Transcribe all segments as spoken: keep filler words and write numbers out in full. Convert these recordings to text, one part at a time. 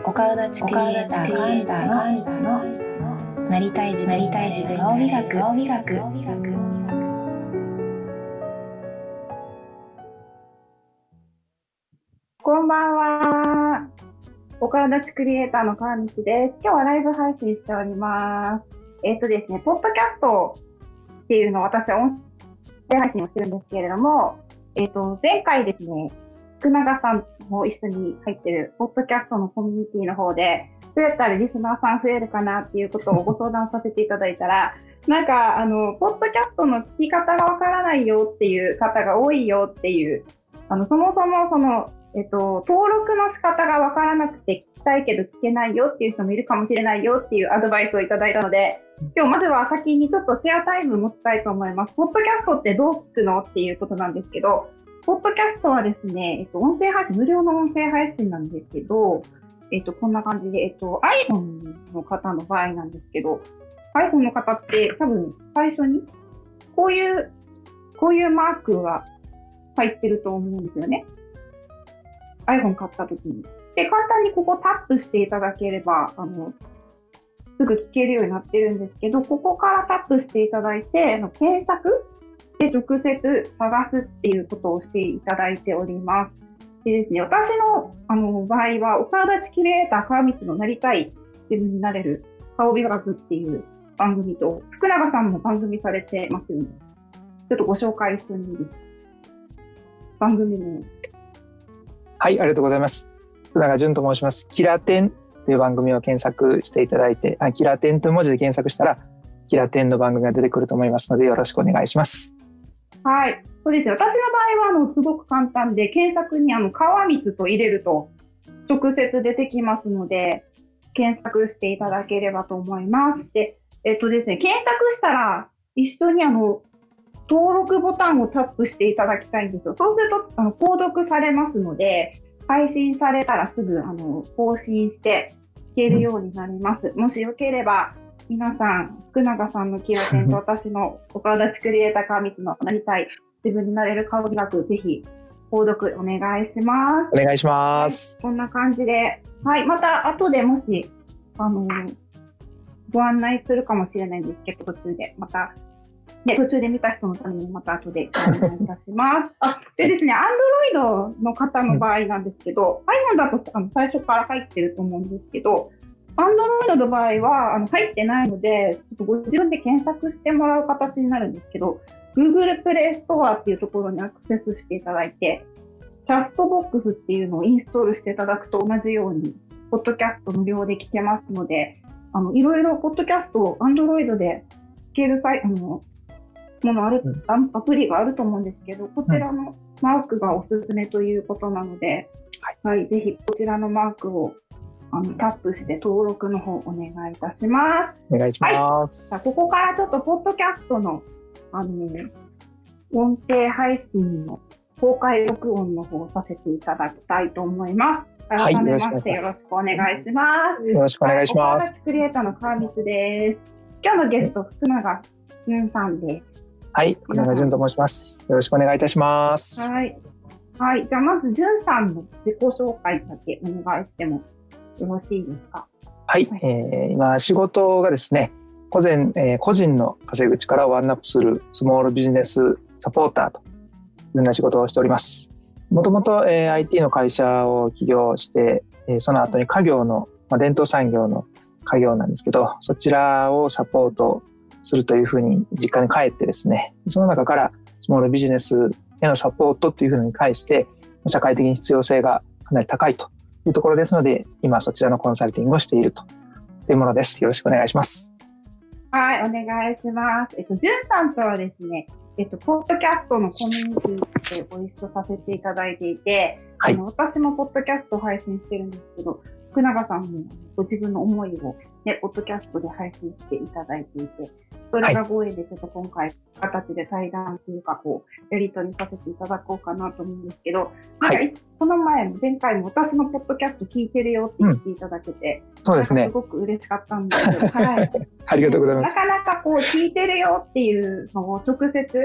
岡田地クリエイターカンタのなりたい自分になれる顔美学。 こんばんは。岡田地クリエイターの川道です。今日はライブ配信しております。えっとですね、ポッドキャストっていうのを私は音声配信をしてるんですけれども、えっと、前回ですね、福永さんも一緒に入ってるポッドキャストのコミュニティの方で、どうやったらリスナーさん増えるかなっていうことをご相談させていただいたら、なんか、あの、ポッドキャストの聞き方がわからないよっていう方が多いよっていう、あの、そもそもその、えっと、登録の仕方がわからなくて聞きたいけど聞けないよっていう人もいるかもしれないよっていうアドバイスをいただいたので、今日まずは先にちょっとシェアタイムを持ちたいと思います。ポッドキャストってどう聞くのっていうことなんですけど、ポッドキャストはですね、えっと、音声配信、無料の音声配信なんですけど、えっと、こんな感じで、えっと、iPhone の方の場合なんですけど、iPhone の方って多分最初にこういう、こういうマークが入ってると思うんですよね。iPhone 買った時に。で、簡単にここタップしていただければ、あの、すぐ聞けるようになってるんですけど、ここからタップしていただいて、あの検索で直接探すっていうことをしていただいております。でですね、私の、あの場合は、岡田地キュレーター川道のなりたい自分になれる顔美学っていう番組と、福永さんも番組されてますよね。ちょっとご紹介してもいいですか？番組名。 はい、ありがとうございます。福永潤と申します。キラテンという番組を検索していただいて、あキラテンという文字で検索したら、キラテンの番組が出てくると思いますので、よろしくお願いします。 はい、そうですね。私の場合はあのすごく簡単で、検索にあの川光と入れると直接出てきますので、検索していただければと思います。で、えっとですね、検索したら一緒にあの登録ボタンをタップしていただきたいんですよ。そうするとあの購読されますので、配信されたらすぐあの更新して聞けるようになります。もしよければ皆さん、福永さんのキラテンと私の岡田地クリエイター川光のなりたい自分になれる顔美学、ぜひ購読お願いします。 お願いします。 はい、こんな感じで、はい、また後でもしあのご案内するかもしれないんですけど、途中でまた。で、途中で見た人のためにまた後でお願いいたします。あ、でですね、Android の方の場合なんですけど、うん、iPhone だとあの最初から入ってると思うんですけど、Android の場合はあの入ってないので、ちょっとご自分で検索してもらう形になるんですけど、Google Play Store っていうところにアクセスしていただいて、キャストボックスっていうのをインストールしていただくと同じように、ポッドキャスト無料で聞けますので、あのいろいろポッドキャストを Android で聞ける際、あのものある、うん、アプリがあると思うんですけど、こちらのマークがおすすめということなので、うん、はい、ぜひこちらのマークをあのタップして登録の方お願いいたします。 お願いします。 はい、ここからちょっとポッドキャストの、あの音声配信の公開録音の方をさせていただきたいと思います。改めましてよろしくお願いします。 よろしくお願いします。 岡田クリエイターの川光です。今日のゲスト、福永潤さんです。 はい、福永潤と申します。よろしくお願いいたします。 はい。はい。じゃあまず潤さんの自己紹介だけお願いしてもよろしいですか。 はい。はい、えー、今仕事がですね、個人、えー、個人の稼ぐ力をワンアップするスモールビジネスサポーターというような仕事をしております。もともと、えー、アイティー の会社を起業して、えー、その後に家業の、まあ、伝統産業の家業なんですけど、そちらをサポートするというふうに実家に帰ってですね、その中からスモールビジネスへのサポートというふうに関して社会的に必要性がかなり高いというところですので、今そちらのコンサルティングをしているというものです。よろしくお願いします。 はい、お願いします。えっと、潤さんとはですね、えっと、ポッドキャストのコミュニティでご一緒させていただいていて、はい、あの私もポッドキャストを配信してるんですけど、福永さんもご自分の思いを、ね、ポッドキャストで配信していただいていて、それがご縁でちょっと今回形で対談というかこうやり取りさせていただこうかなと思うんですけど、なんか、はい、この前も前回も私のポッドキャスト聞いてるよって言っていただけて、 うん、そうですね。 すごく嬉しかったんですけど、はい、 ありがとうございます。 なかなかこう聞いてるよっていうのを直接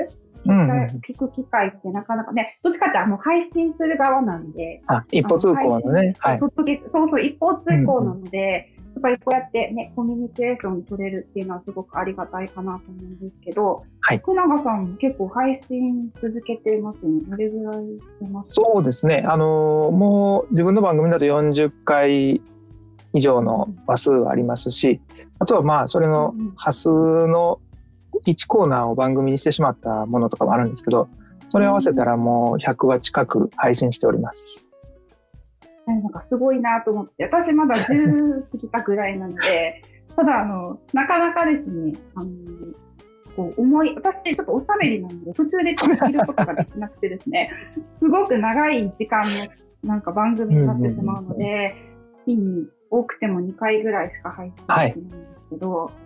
聞く、聞く機会ってなかなかね、どっちかってあの配信する側なんで、 あ、一方通行のね、 はい、そうそう、一方通行なので、うんうん、やっぱりこうやってね、コミュニケーション取れるっていうのはすごくありがたいかなと思うんですけど、はい、福永さんも結構配信続けてますね。どれぐらいしてますか？ そうですね。あのー、もう自分の番組だとよんじゅっかい以上の話数はありますし、あとはまあそれの端数のいちコーナーを番組にしてしまったものとかもあるんですけど、それを合わせたらもうひゃくわ近く配信しております。 なんかすごいなと思って、私まだじゅう過ぎたぐらいなので、ただあのなかなかですね、あのこう思い、私ちょっとおしゃべりなので途中でちょっと切ることができなくてですね、すごく長い時間のなんか番組になってしまうので、日に多くてもにかいぐらいしか配信できないんですけど、はい、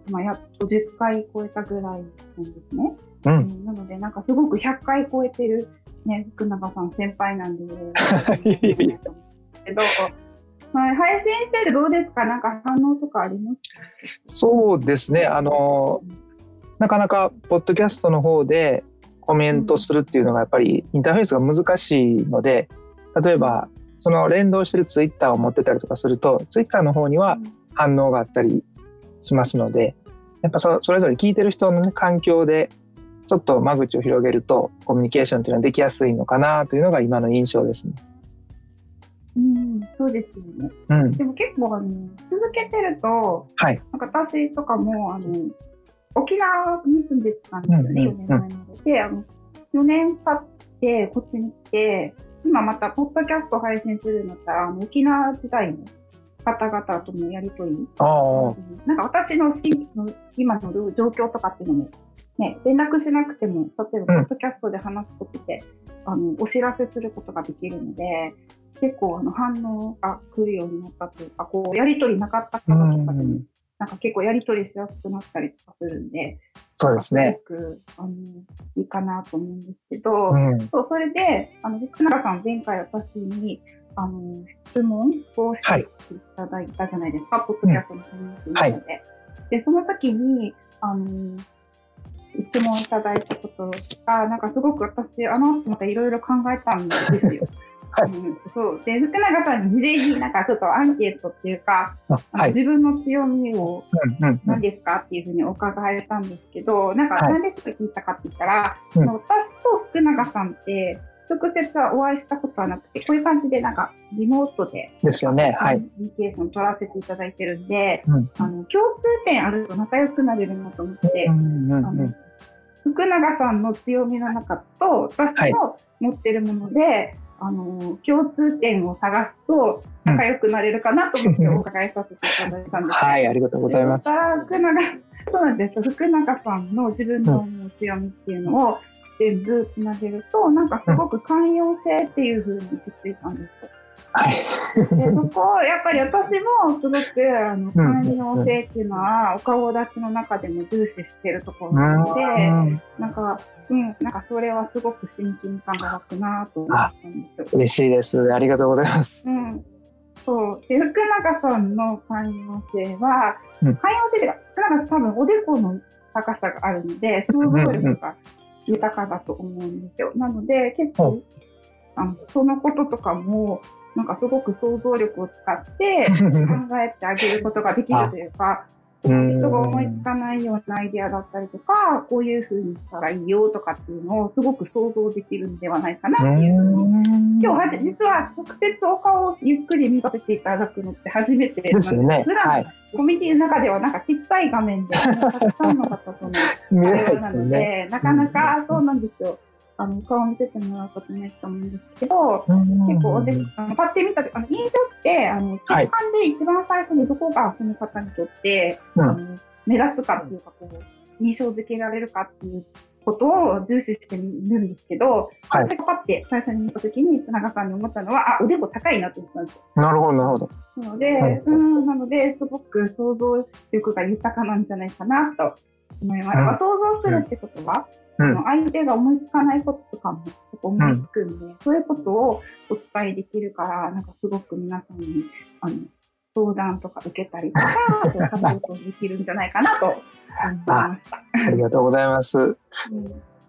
まあ、やっとじゅっかい超えたぐらいなんですね。うん、なのでなんかすごくひゃっかい超えてるね、福永さん先輩なんで、けど、はい、配信しててどうですか？なんか反応とかあります？ そうですね。あのなかなかポッドキャストの方でコメントするっていうのがやっぱりインターフェースが難しいので、例えばその連動してるツイッターを持ってたりとかすると、ツイッターの方には反応があったりしますので、やっぱ そ, それぞれ聞いてる人の、ね、環境でちょっと間口を広げるとコミュニケーションというのはできやすいのかなというのが今の印象ですね。 うん、そうですよね。うん、でも結構あの続けてると、はい、なんか私とかもあの沖縄に住んでたんですよね、うんうんうん、よねんまえまで。で、あのよねん経ってこっちに来て、今またポッドキャスト配信するんだったら、あの沖縄時代の方々とのやりとり、なんか私の今の状況とかっていうのもね、連絡しなくても、例えばポッドキャストで話すことで、うん、あのお知らせすることができるので、結構あの反応が来るようになったというか、こうやりとりなかった方とかでも、うん、なんか結構やりとりしやすくなったりとかするんで、 そうですね。 すごくあのいいかなと思うんですけど、うん、そうそれであの福永さん前回私にあの質問をしていただいたじゃないですか、はい、ポッドキャストのコミュニティの中で、うんはい、でその時にあの質問いただいたことがなんかすごく私あのまたいろいろ考えたんですよ。はい、うん、そうで福永さんに事前になんかちょっとアンケートっていうか、はい、自分の強みを何ですかっていうふうにお伺いしたんですけど、なんか何ですか聞いたかって言ったら、はい、私と福永さんって直接はお会いしたことはなくて、こういう感じでなんかリモートでですよね、はい、 コミュニケーション取らせていただいてるんで、うん、あの共通点あると仲良くなれるなと思って、うんうんうん、あの福永さんの強みの中と私の持ってるもので、はい、あの共通点を探すと仲良くなれるかなと思ってお伺いさせていただいたんです、 うん、はい、ありがとうございます。 福永そうなんです。福永さんの自分の強みっていうのを全部つなげると、なんかすごく寛容性っていう風に気づいたんです。はい、でそこやっぱり私もすごくあの寛容性っていうのはお顔立ちの中でも重視してるところなので、なんか、うん、なんかそれはすごく親近感が湧くなと思ったんです。 嬉しいです。ありがとうございます。 うん、そうで福永さんの寛容性は、うん、寛容性が福永さん多分おでこの高さがあるので想像力が豊かだと思うんですよ。なので結構、うん、あのそのこととかもなんかすごく想像力を使って考えてあげることができるというか、人が思いつかないようなアイデアだったりとか、こういう風にしたらいいよとかっていうのをすごく想像できるんではないかなっていうのを、今日実は直接お顔をゆっくり見させていただくのって初めてなんです。 ね、 普段、はい、コミュニティの中ではなんかちっちゃい画面でたくさんの方との会話なので、ね、なかなかそうなんですよ。あの顔を見せてもらうことないと思うんですけど、結構であのパッて見たあの印象ってあの直感で一番最初にどこがその方にとって、はい、あの目立つかっていうかこう印象づけられるかっていうことを重視してみるんですけど、はい、パッて最初に見たときに田中さんに思ったのはあおでこ高いなと思ったんですよ。 なるほどなるほど。 なので、はい、うんなのですごく想像力が豊かなんじゃないかなと思います。うん、想像するってことは、うん、相手が思いつかないこととかも思いつくんで、うん、そういうことをお伝えできるからなんかすごく皆さんにあの相談とか受けたりとかサポートできるんじゃないかなと思いました。 あ, ありがとうございます。うん、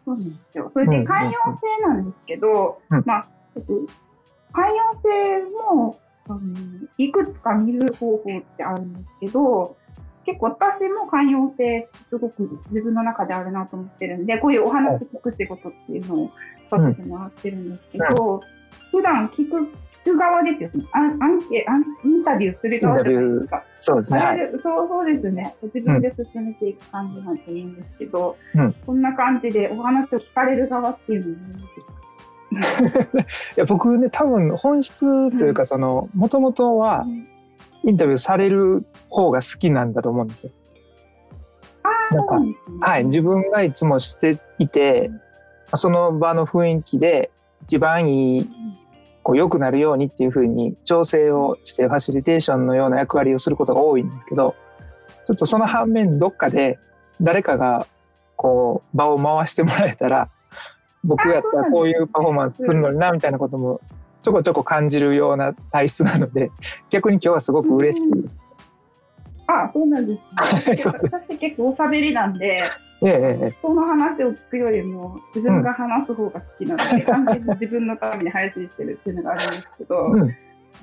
そうなんですよ。それで寛容性なんですけど、 うん、 まあ、寛容性もあのいくつか見る方法ってあるんですけど、結構私も寛容性すごく自分の中であるなと思ってるんで、こういうお話聞く仕事っていうのをさせてもらってるんですけど、うん、普段聞く、聞く側ですよね。アン、アンケ、アン、インタビューする側じゃないですか。 そうですね。はい、 そう、そうですね。自分で進めていく感じなんていいんですけど、うん、こんな感じでお話を聞かれる側っていうのもいいですか？ いや僕ね、多分本質というか、そのもともとはインタビューされる方が好きなんだと思うんですよ。 あ、 なんか、 そうですね。 はい、自分がいつもしていて、その場の雰囲気で一番いい、こう良くなるようにっていう風に調整をしてファシリテーションのような役割をすることが多いんですけど、ちょっとその反面どっかで誰かがこう場を回してもらえたら、僕やったらこういうパフォーマンスするのになみたいなこともちょこちょこ感じるような体質なので、逆に今日はすごく嬉しいです。 あ、そうなんですね。私結構おしゃべりなんで、 ええ、 その話を聞くよりも自分が話す方が好きなので、うん、完全に自分のために配信してるっていうのがあるんですけど、うんうん、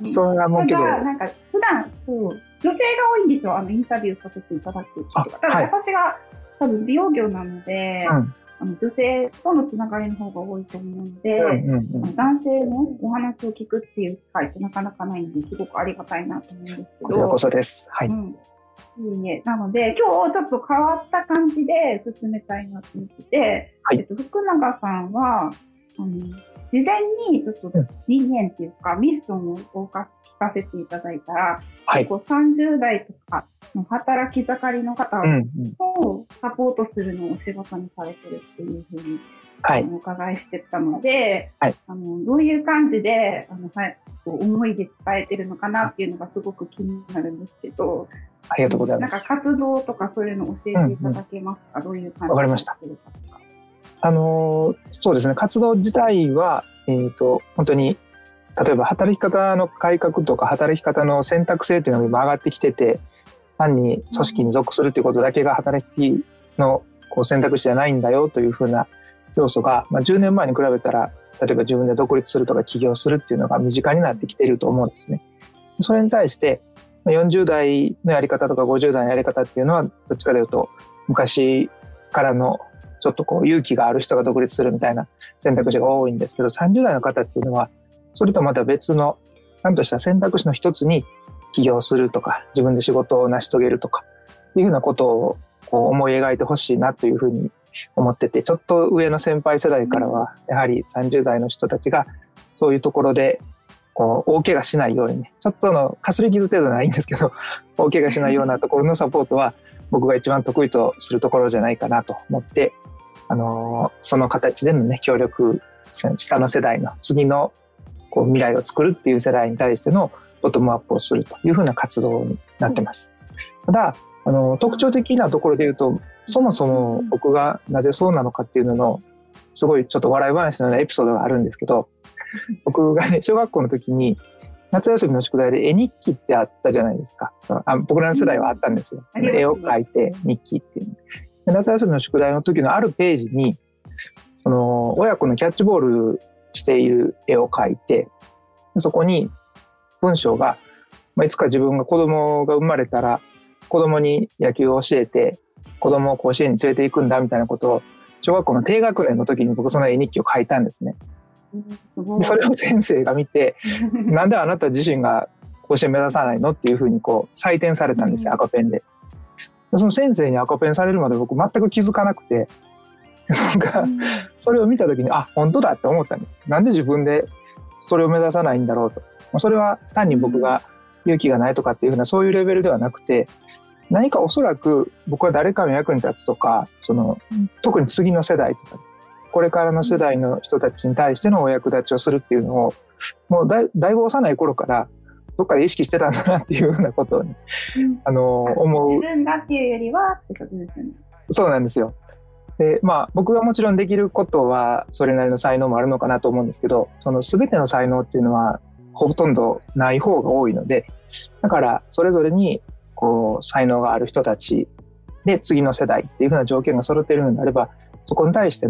それはもうけど、 なんか普段そう女性が多いんですよ、あのインタビューさせていただくっていうか。ただ私が多分美容業なので、うん、あの女性とのつながりの方が多いと思うので、うんうんうん、男性のお話を聞くっていう機会ってなかなかないんですごくありがたいなと思うんですけど。 こちらこそです。はい。 うんいいね、なので今日ちょっと変わった感じで進めたいなと思ってて、はいえっと、福永さんはあの事前にちょっと理念っていうか、うん、ミッションをお聞かせていただいたら、はい、結構さんじゅう代とかの働き盛りの方をサポートするのをお仕事にされてるっていうふうに、はい、お伺いしてたので、はい、あのどういう感じであの、はい、思いで伝えてるのかなっていうのがすごく気になるんですけど、 ありがとうございます。 なんか活動とかそういうのを教えていただけますか？うんうん、どういう感じで？ わかりました。あのそうですね、活動自体は、えーと、本当に例えば働き方の改革とか働き方の選択制というのが今上がってきてて、単に組織に属するということだけが働きのこう選択肢じゃないんだよというふうな要素が、まあ、じゅうねんまえに比べたら例えば自分で独立するとか起業するっていうのが身近になってきていると思うんですね。それに対してよんじゅう代のやり方とかごじゅう代のやり方っていうのはどっちかというと昔からのちょっとこう勇気がある人が独立するみたいな選択肢が多いんですけど、さんじゅう代の方っていうのはそれとまた別のちゃんとした選択肢の一つに起業するとか自分で仕事を成し遂げるとかっていうふうなことをこう思い描いてほしいなというふうに思ってて、ちょっと上の先輩世代からはやはりさんじゅう代の人たちがそういうところでこう大怪我しないようにね、ちょっとのかすり傷程度ないんですけど大怪我しないようなところのサポートは僕が一番得意とするところじゃないかなと思って、あのー、その形でのね協力、下の世代の次のこう未来を作るっていう世代に対してのボトムアップをするというふうな活動になってます。ただあの特徴的なところで言うと、そもそも僕がなぜそうなのかっていうののすごいちょっと笑い話のようなエピソードがあるんですけど、僕がね小学校の時に夏休みの宿題で絵日記ってあったじゃないですか。あ僕らの世代はあったんですよ。絵を描いて日記っていう。夏休みの宿題の時のあるページにその親子のキャッチボールしている絵を描いて、そこに文章が、まあ、いつか自分が子供が生まれたら子供に野球を教えて子供を甲子園に連れて行くんだみたいなことを小学校の低学年の時に僕その絵日記を書いたんですね。それを先生が見てなんであなた自身が甲子園目指さないのっていうふうにこう採点されたんですよ、赤ペンで。その先生に赤ペンされるまで僕全く気づかなくて、なんかそれを見た時にあ本当だって思ったんです。なんで自分でそれを目指さないんだろうと。それは単に僕が勇気がないとかっていうふうなそういうレベルではなくて、何かおそらく僕は誰かの役に立つとか、その特に次の世代とかこれからの世代の人たちに対してのお役立ちをするっていうのをもうだいだいぶ幼い頃からどっかで意識してたんだなっていうふうなことを、ねうん、あの思う。 自分がっていうよりはってことですよね。 そうなんですよ。でまあ、僕がもちろんできることはそれなりの才能もあるのかなと思うんですけど、その全ての才能っていうのはほとんどない方が多いので、だからそれぞれにこう才能がある人たちで次の世代っていうふうな条件が揃っているのであれば、そこに対しての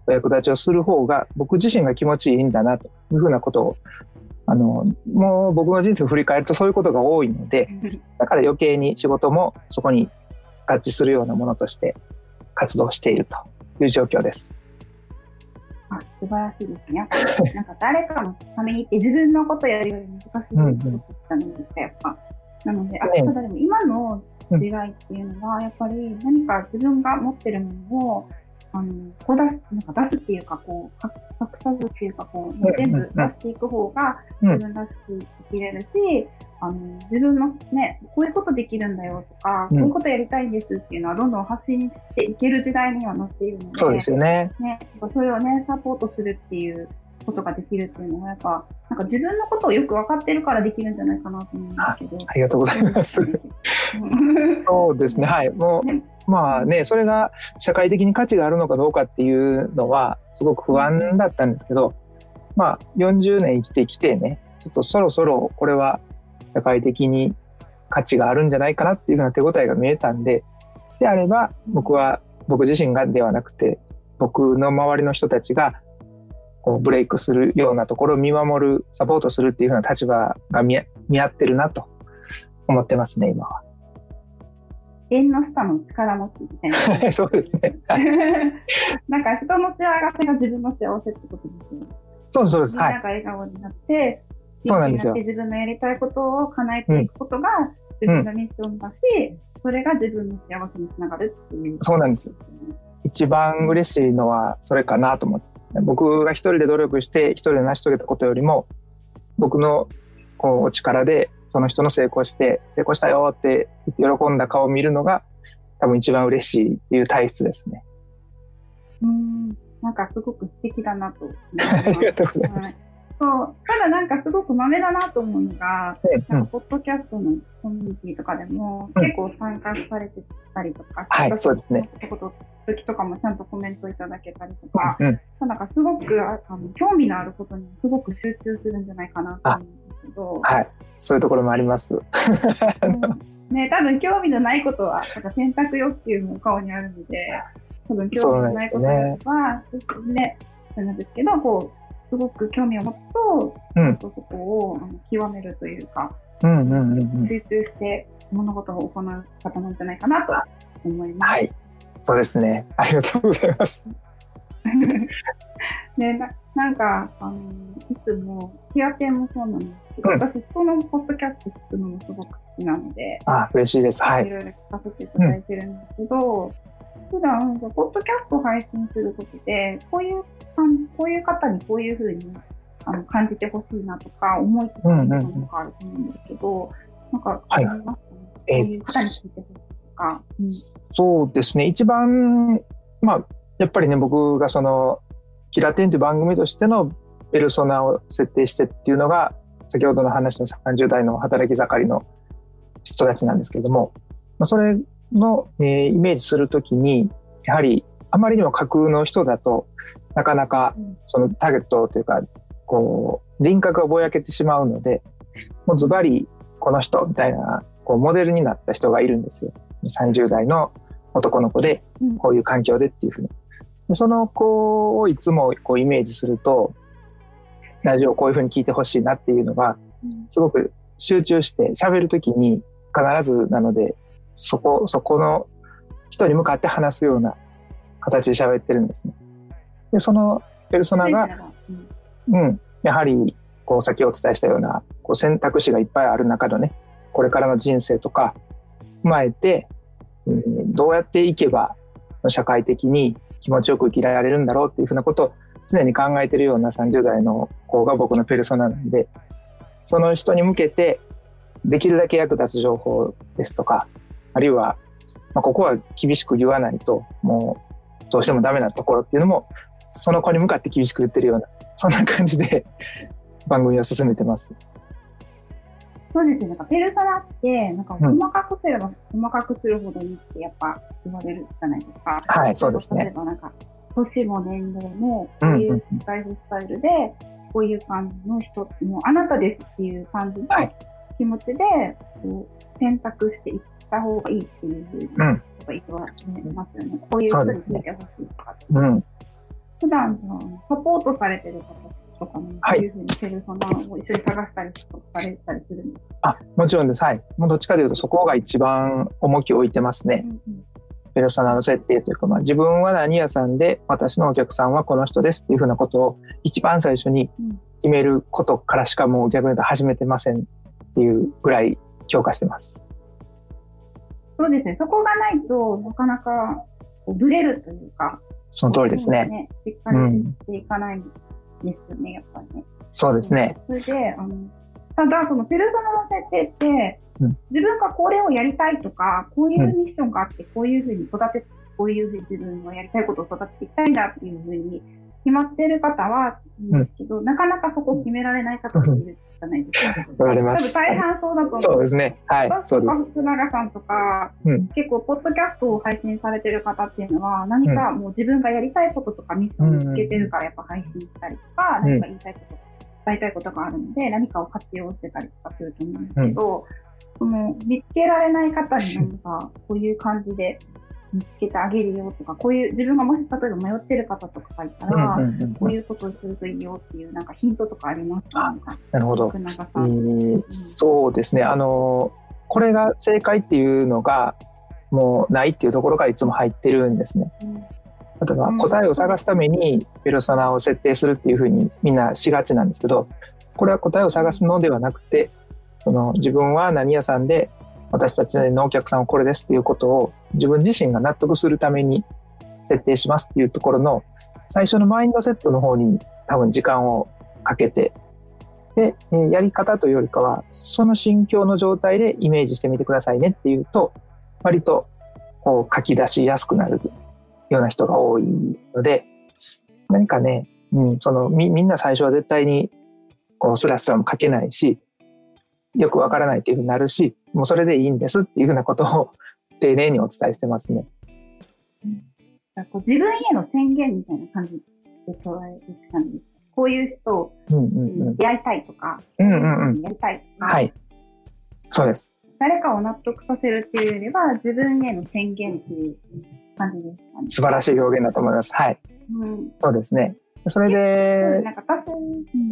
お役立ちをする方が僕自身が気持ちいいんだなというふうなことをあのもう僕の人生を振り返るとそういうことが多いので、だから余計に仕事もそこに合致するようなものとして活動しているという状況です。 あ、素晴らしいですね。なんか誰かのためにって自分のことやるより難しいことだったんですか、やっぱ。なので、あ、ただでも今の時代っていうのはやっぱり何か自分が持ってるものをあのこう出す、なんか出すっていうかこう隠さずっていうかこう全部出していく方が自分らしく生きれるし、あの自分のねこういうことできるんだよとか、こういうことやりたいんですっていうのはどんどん発信していける時代にはなっているので、 そうですよね。 ね、それをねサポートするっていうことができるっていうのはやっぱなんか自分のことをよく分かってるからできるんじゃないかなと思うんですけど。 ありがとうございます。そうですね、はい、もう、ね、まあね、それが社会的に価値があるのかどうかっていうのはすごく不安だったんですけど、まあよんじゅうねん生きてきてね、ちょっとそろそろこれは社会的に価値があるんじゃないかなっていうふうな手応えが見えたんで、であれば僕は僕自身がではなくて僕の周りの人たちがこうブレイクするようなところを見守るサポートするっていうふうな立場が 見, 見合ってるなと思ってますね今は。 縁の下の力持ちみたいなそうですね、はい、 なんか人の幸せが自分の幸せってことですよね。 そうそうです、はい、 みんなが笑顔になってそうなんですよ。 自分のやりたいことを叶えていくことが自分のミッションだし、うん、それが自分の幸せにつながるっていう。 そうなんです。一番嬉しいのはそれかなと思って、僕が一人で努力して一人で成し遂げたことよりも僕のこうお力でその人の成功して成功したよって言って喜んだ顔を見るのが多分一番嬉しいっていう体質ですね。 うーん、なんかすごく素敵だなと思います。 ありがとうございます。 はい、そうただなんかすごく豆だなと思うのが、うん、なんかポッドキャストのコミュニティとかでも結構参加されてたりとか、 うん、はい、そうですね。 時とかもちゃんとコメントいただけたりとか、うん、なんかすごくあの興味のあることにすごく集中するんじゃないかなと思うんですけど、 はい、そういうところもあります。 うんね、多分興味のないことはなんか選択欲求も顔にあるので、多分興味のないことはね、なんですけど、こうすごく興味を持つと、うん、そこをあの極めるというか、うんうんうんうん、集中して物事を行う方なんじゃないかなと思います。 はい、そうですね。ありがとうございます。 ね、な, なんかあのいつもヒアテンもそうなんですけど、うん、私人のポッドキャスト聞くのもすごく好きなので、 あ、嬉しいです。はい。 いろいろ聞かせていただいてるんですけど、うん、普段ポッドキャストを配信することでこういうこういう方にこういうふうにあの感じてほしいなとか思いつくものとかあると思うんですけど、うんうん、なんかありますかね、はい、こういう方に聞いてほしいとか、うん、 そうですね。一番まあやっぱりね、僕がそのキラテンという番組としてのペルソナを設定してっていうのが先ほどの話のさんじゅう代の働き盛りの人たちなんですけれども、それの、えー、イメージするときにやはりあまりにも架空の人だとなかなかそのターゲットというかこう輪郭がぼやけてしまうので、もうズバリこの人みたいなこうモデルになった人がいるんですよ。さんじゅう代の男の子でこういう環境でっていうふうに、その子をいつもこうイメージするとラジオをこういうふうに聞いてほしいなっていうのがすごく集中して喋るときに必ずなので、そこそこの人に向かって話すような形で喋ってるんですね。でそのペルソナが、うん、やはりこう先お伝えしたようなこう選択肢がいっぱいある中のね、これからの人生とか踏まえて、うん、どうやっていけば社会的に気持ちよく生きられるんだろうっていうふうなことを常に考えているようなさんじゅう代の子が僕のペルソナなんで、その人に向けてできるだけ役立つ情報ですとか、あるいは、まあ、ここは厳しく言わないともうどうしてもダメなところっていうのもその子に向かって厳しく言ってるような、そんな感じで番組を進めてます。 そうですね、なんかペルソナってなんか細かくすれば細かくするほどいいってやっぱ言われるじゃないですか。 はい、そうですね。 例えばなんか年も年齢もこういうライフスタイルでこういう感じの人、もうあなたですっていう感じの気持ちでこう選択していった方がいいっていうふうに言われますよね。こういう人に聞いてほしいとか。 うん、 普段サポートされてる方とかも、はい、そういうふうにペルソナを一緒に探したりとかされたりするんですか？ あ、もちろんです。はい。もうどっちかというとそこが一番重きを置いてますね。うんうん、ペルソナの設定というか、まあ、自分は何屋さんで私のお客さんはこの人ですっていうふうなことを一番最初に決めることからしかもう逆に言うと始めてませんっていうぐらい強化してます。 そうですね。そこがないとなかなかブレるというか、 その通りですね。 ね、しっかりしていかないんですよね、うん、やっぱりね。 そうですね。 それで、あのただそのペルソナの設定って、うん、自分がこれをやりたいとか、こういうミッションがあって、こういうふうに育て、こういうふうに自分のやりたいことを育てていきたいんだっていうふうに決まっている方はいいんですけど、うん、なかなかそこを決められない方もいるじゃないですか。 わかります。 多分大半そうだと思う。 そうですね。はい。そうです。 福永さんとか、うん、結構ポッドキャストを配信されている方っていうのは、何かもう自分がやりたいこととかミッションを見つけてるからやっぱ配信したりとか、うん、何か言いたいこととか。伝えたいことがあるので何かを活用してたりとかすると思うんですけど、うん、その見つけられない方に何かこういう感じで見つけてあげるよとか、こういう自分がもし例えば迷ってる方とかがいたら、うんうんうん、こういうことをするといいよっていうなんかヒントとかありますか？ なるほど、えー、そうですね、あのこれが正解っていうのがもうないっていうところがいつも入ってるんですね。うん、例えば答えを探すためにペルソナを設定するっていうふうにみんなしがちなんですけど、これは答えを探すのではなくて、その自分は何屋さんで私たちのお客さんはこれですっていうことを自分自身が納得するために設定しますっていうところの最初のマインドセットの方に多分時間をかけて、でやり方というよりかはその心境の状態でイメージしてみてくださいねっていうと割とこう書き出しやすくなるような人が多いので、何かね、うん、その み, みんな最初は絶対にこうスラスラも書けないしよくわからないっていうふうになるし、もうそれでいいんですっていうふうなことを丁寧にお伝えしてますね。 うん、自分への宣言みたいな感じで捉える感じです。こういう人を出会いたいとか、うんうんうん、やりたいとか、 はい、そうです。 誰かを納得させるっていうよりは自分への宣言っていう感じですかね。 素晴らしい表現だと思います。はい、うん、そうですね。それで、なんか私、うん、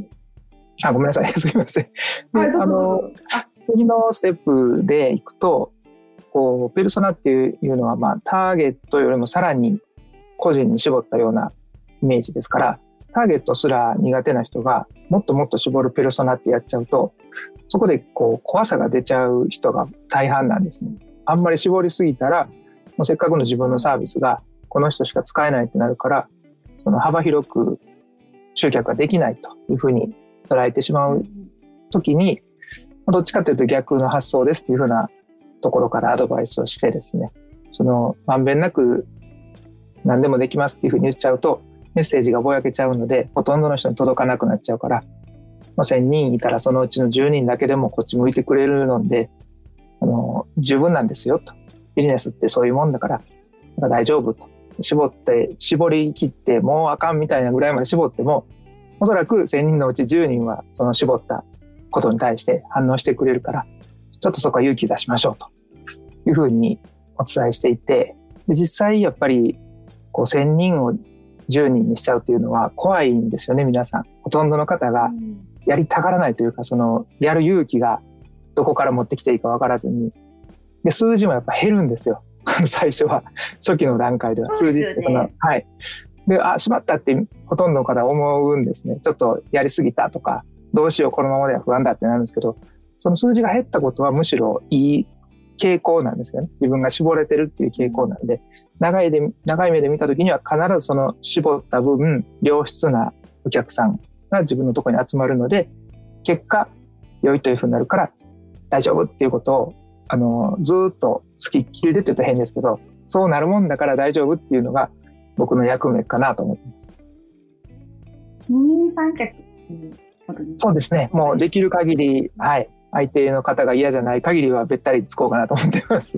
あ、ごめんなさい、すみません。で、あの次のステップでいくと、こうペルソナっていうのは、まあ、ターゲットよりもさらに個人に絞ったようなイメージですから、ターゲットすら苦手な人がもっともっと絞るペルソナってやっちゃうと、そこでこう怖さが出ちゃう人が大半なんですね。あんまり絞りすぎたら、もうせっかくの自分のサービスがこの人しか使えないってなるから、その幅広く集客ができないというふうに捉えてしまうときに、どっちかというと逆の発想ですっていうふうなところからアドバイスをしてですね、そのまんべんなく何でもできますっていうふうに言っちゃうとメッセージがぼやけちゃうので、ほとんどの人に届かなくなっちゃうから、まあ、せんにんいたらそのうちのじゅうにんだけでもこっち向いてくれるので、あの十分なんですよと。ビジネスってそういうもんだから、だから大丈夫と。絞って絞り切ってもうあかんみたいなぐらいまで絞っても、おそらくせんにんのうちじゅうにんはその絞ったことに対して反応してくれるから、ちょっとそこは勇気出しましょうというふうにお伝えしていて、で実際やっぱりこうせんにんをじゅうにんにしちゃうっていうのは怖いんですよね。皆さんほとんどの方がやりたがらないというか、そのやる勇気がどこから持ってきていいか分からずに、で数字もやっぱ減るんですよ。最初は初期の段階では数字ってその、はい、であしまったってほとんどの方は思うんですね。ちょっとやりすぎたとか、どうしようこのままでは不安だってなるんですけど、その数字が減ったことはむしろいい傾向なんですよね。自分が絞れてるっていう傾向なので、長いで長い目で見た時には必ずその絞った分良質なお客さんが自分のところに集まるので、結果良いというふうになるから大丈夫っていうことをあのずっと付きっきりでというと変ですけど、そうなるもんだから大丈夫っていうのが僕の役目かなと思っています。 二人三脚っていうことですか？ そうですね。もうできる限り、はい、相手の方が嫌じゃない限りはべったりつこうかなと思っています。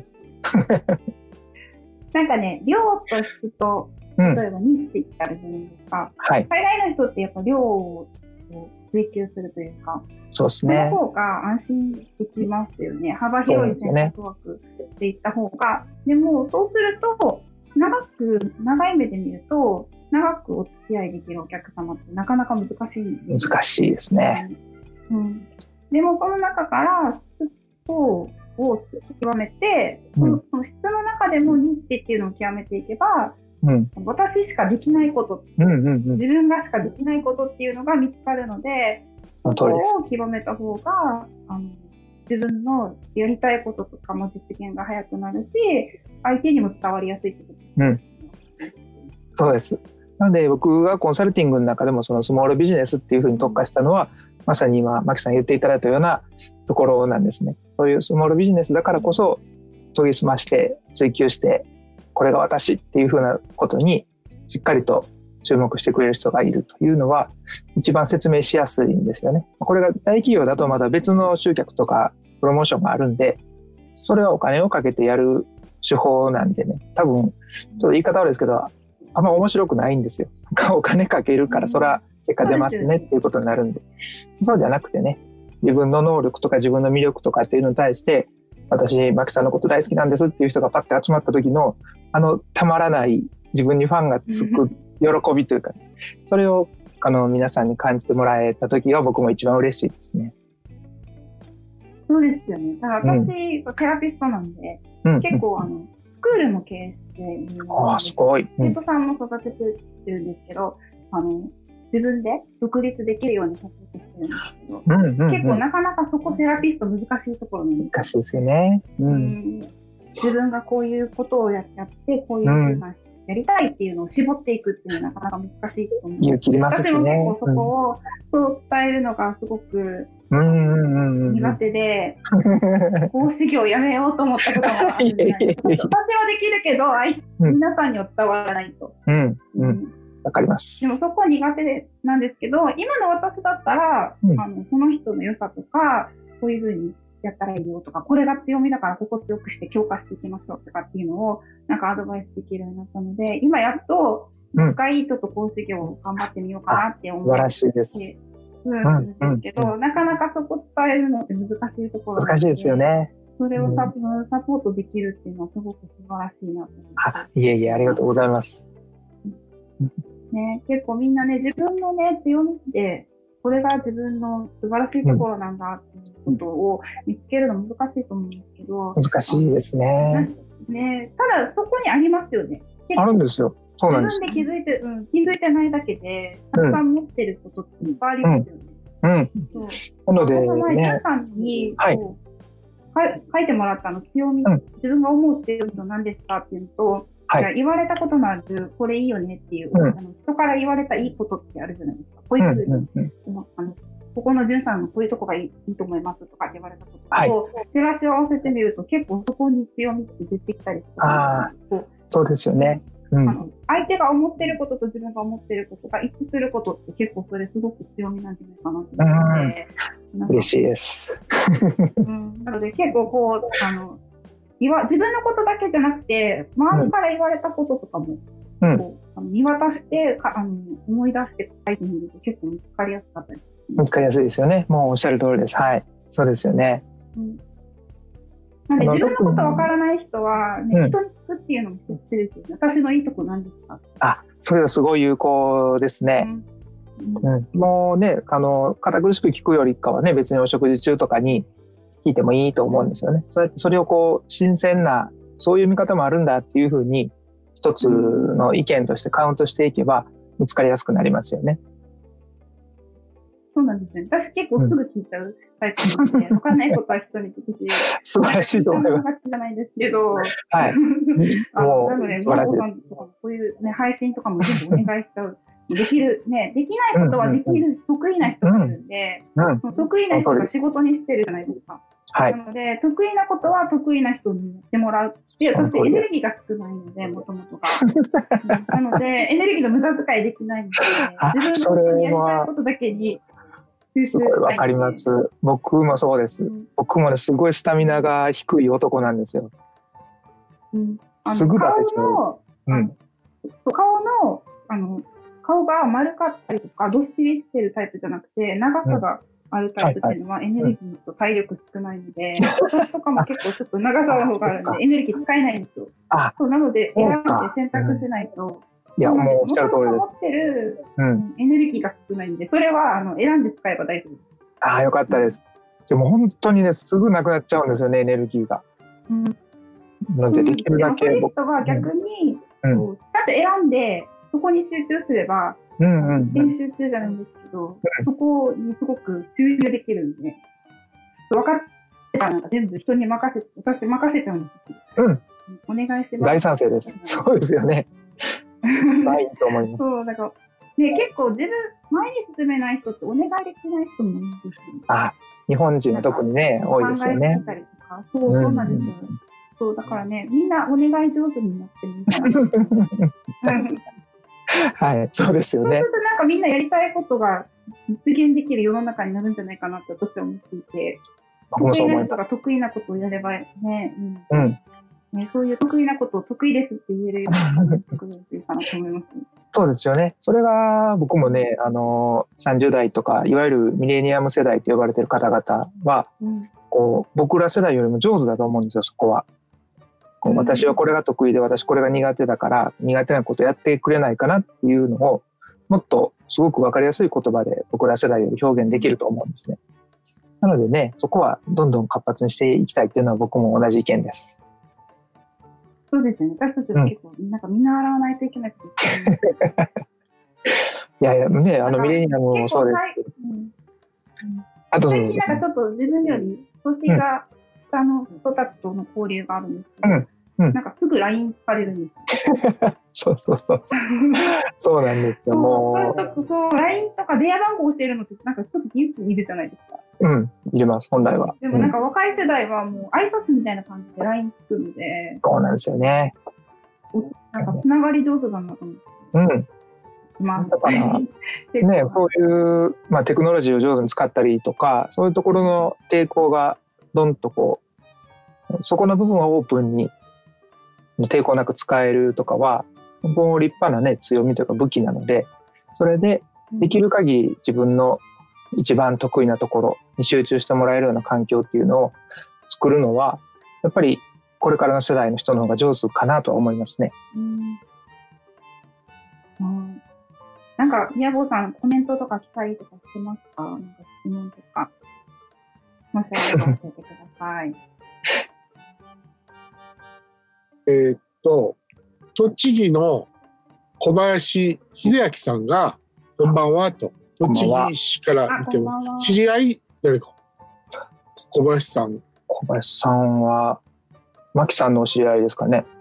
なんかね、量と質と例えばニッチってあるじゃないですか、うんはい、海外の人ってやっぱ量を追求するというか、 そうですね、 その方が安心できますよね。幅広い選択枠でいった方が。でもそうすると長く長い目で見ると長くお付き合いできるお客様ってなかなか難しいんです。 難しいですね。 うんうん、でもその中から質とを極めて、うん、その質の中でもニッチっていうのを極めていけば、うん、私しかできないこと、うんうんうん、自分がしかできないことっていうのが見つかるので、そこを極めた方があの自分のやりたいこととかも実現が早くなるし、相手にも伝わりやすいってことです、うん、 そうです。なので僕がコンサルティングの中でもそのスモールビジネスっていうふうに特化したのは、まさに今牧さん言っていただいたようなところなんですね。そういうスモールビジネスだからこそ研ぎ澄まして追求して、これが私っていうふうなことにしっかりと注目してくれる人がいるというのは一番説明しやすいんですよね。これが大企業だとまだ別の集客とかプロモーションがあるんで、それはお金をかけてやる手法なんでね、多分ちょっと言い方悪いですけどあんま面白くないんですよ。お金かけるからそれは結果出ますねっていうことになるんで、そうじゃなくてね、自分の能力とか自分の魅力とかっていうのに対して、私牧さんのこと大好きなんですっていう人がパッて集まった時のあのたまらない自分にファンがつく喜びというか、それをあの皆さんに感じてもらえた時が僕も一番嬉しいですね。 そうですよね。だから私、うん、テラピストなんで、うん、結構あのスクールも経営しているので、 あ、すごい、 生徒さんも育ててるんですけど、あの自分で独立できるようにサポートしてるんですけど、うんうんうん、結構なかなかそこテラピスト難しいところなんです。 難しいですよね、うんうん、 自分がこういうことをやってこういうふうなやりたいっていうのを絞っていくっていうのはなかなか難しいと思う。 勇気いりますしね。 私も結構そこを、そう伝えるのがすごく苦手で、講師業をやめようと思ったこともあるんじゃないですか。私はできるけど、皆さんには伝わらないと。 うんうんうんわかります。 でもそこは苦手なんですけど、今の私だったら、うん、あのその人の良さとか、こういうふうにやったらいいよとか、これが強みだからここ強くして強化していきましょうとかっていうのをなんかアドバイスできるようになったので、今やっと深い人と講師業を頑張ってみようかなって思って、 素晴らしいです。 うんですけど、うんうん、なかなかそこ伝えるのって難しいところなので、 難しいですよね。 それをサポ、うん、サポートできるっていうのはすごく素晴らしいなと思って。 あ、いえいえ、ありがとうございます。 ね、結構みんなね、自分のね、強みって、これが自分の素晴らしいところなんだっていうことを見つけるの難しいと思うんですけど。 難しいですね。 ね、ただそこにありますよね。 あるんですよ。そうなんです。 自分で気づいて、うん、気づいてないだけで、たくさん持ってることっていっぱいありますよね。うん。うん、そうなので、ね、皆さんに、はい、書いてもらったの強み、うん、自分が思う強みと何ですかっていうのと、はい、言われたことのあるこれいいよねっていう、うん、あの人から言われたいいことってあるじゃないですか。こういうふうに、うんうんうん、あのここのじゅんさんのこういうとこがいい、いいと思いますとか言われたことと、はい、照らしを合わせてみると結構そこに強みって出てきたりする。 ああ、そうですよね、うん、 あの相手が思ってることと自分が思ってることが一致することって結構それすごく強みなんじゃないかなと思って、 うん、嬉しいです、 うん、なので結構こうあの自分のことだけじゃなくて周りから言われたこととかも、うん、こうあの見渡してかあの思い出して書いてみると結構見つかりやすかったり、ね、 見つかりやすいですよね。もうおっしゃる通りです。はい、そうですよね、 うん、なんで自分のことわからない人は、ね、うん、人に聞くっていうのも必須ですよね。私のいいとこ何ですか。 あ、それはすごい有効ですね、うんうん、もうねあの堅苦しく聞くよりかはね別にお食事中とかに聞いてもいいと思うんですよね。そうやってそれをこう新鮮なそういう見方もあるんだっていうふうに一つの意見としてカウントしていけば見つかりやすくなりますよね。 そうなんですね。私結構すぐ聞いちゃうタイプなので、分かんないことは人に聞くし、 素晴らしいと思います。 じゃないですけど、はい。 あのなので、マコさんとかこういうね配信とかも全部お願いしちゃう。できるね、できないことはできる、うんうんうん、得意な人がいるんで、うんうん、得意な人が仕事にしてるじゃないですか。はい、なので得意なことは得意な人にやってもらう。で、そしてエネルギーが少ないので、もともとが。なのでエネルギーの無駄遣いできないので、自分のやりたいことだけにすごいわかります。僕もそうです。うん、僕もねすごいスタミナが低い男なんですよ。 うん、 すぐバテちゃう。 うん、顔のあの顔が丸かったりとかどっしりしてるタイプじゃなくて長さがあるタイプっていうのはエネルギーと体力少ないので、私とかも結構ちょっと長さの方があるのでエネルギー使えないんですよ。あ、そうなので選んで選択しないといや、もうおっしゃる通りです。 持ってる、 うん、 エネルギーが少ないんで、それはあの選んで使えば大丈夫です。 ああ、よかったです。でも本当にね、すぐなくなっちゃうんですよね、エネルギーが。うん、なので、できるだけ。 そういう人は逆に、うんうん、ちゃんと選んで、そこに集中すれば、うんうんうん、練習中じゃないんですけど、うん、そこにすごく集中できるんで、分かってたら全部人に任せ、私任せちゃうんです。うん。お願いします。 大賛成です。そうですよね。ないと思います。 そう、だから、ね、結構自分、前に進めない人ってお願いできない人もいるんですよ。 あ、日本人は特にね、多いですよね。 考えてみたりとか、そう、そうなんですよ。うん、そう、だからね、みんなお願い上手になってるみたいな。 はい、そうですよね。 そうするとなんかみんなやりたいことが実現できる世の中になるんじゃないかなって私は思っていて、得意な人が得意なことをやればね、うん、うんね、そういう得意なことを得意ですって言えるようになってくるというかなと思います、ね。 そうですよね。それが僕もね、あのさんじゅう代とかいわゆるミレニアム世代と呼ばれている方々は、うん、こう僕ら世代よりも上手だと思うんですよ。そこは。こう私はこれが得意で、私これが苦手だから苦手なことやってくれないかなっていうのをもっとすごく分かりやすい言葉で僕ら世代より表現できると思うんですね。なのでね、そこはどんどん活発にしていきたいっていうのは僕も同じ意見です。 そうですね。私たちは結構、うん、なんか見習わないといけなくて。 いやいやね、あのミレニアムもそうですけど。うん、 あと最近なんかちょっと自分より年が下の人たちとの交流があるんですけど、うんうん、なんかすぐ ライン されるんです。 そうそうそうそう。そうなんですよ。もう。そう、ライン とか電話番号教えるのってなんかちょっと技術いるじゃないですか。 うん、いります、本来は。 でもなんか若い世代はもう挨拶みたいな感じで ライン 作るので。 そうなんですよね。 なんかつながり上手だなと思って。 うん。まあ、だからね、そういう、まあ、テクノロジーを上手に使ったりとか、そういうところの抵抗がどんとこう、そこの部分はオープンに抵抗なく使えるとかは、もう立派なね、強みというか武器なので、それでできる限り自分の一番得意なところに集中してもらえるような環境っていうのを作るのは、やっぱりこれからの世代の人の方が上手かなとは思いますね。うんうん、なんか宮坊さんコメントとか期待とかしてますか？なんか質問とかもしあれば教えてください。 えーっと栃木の小林秀明さんがこんばんはと栃木市から見てます。知り合い誰か？小林さん。 小林さんは牧さんのお知り合いですかね。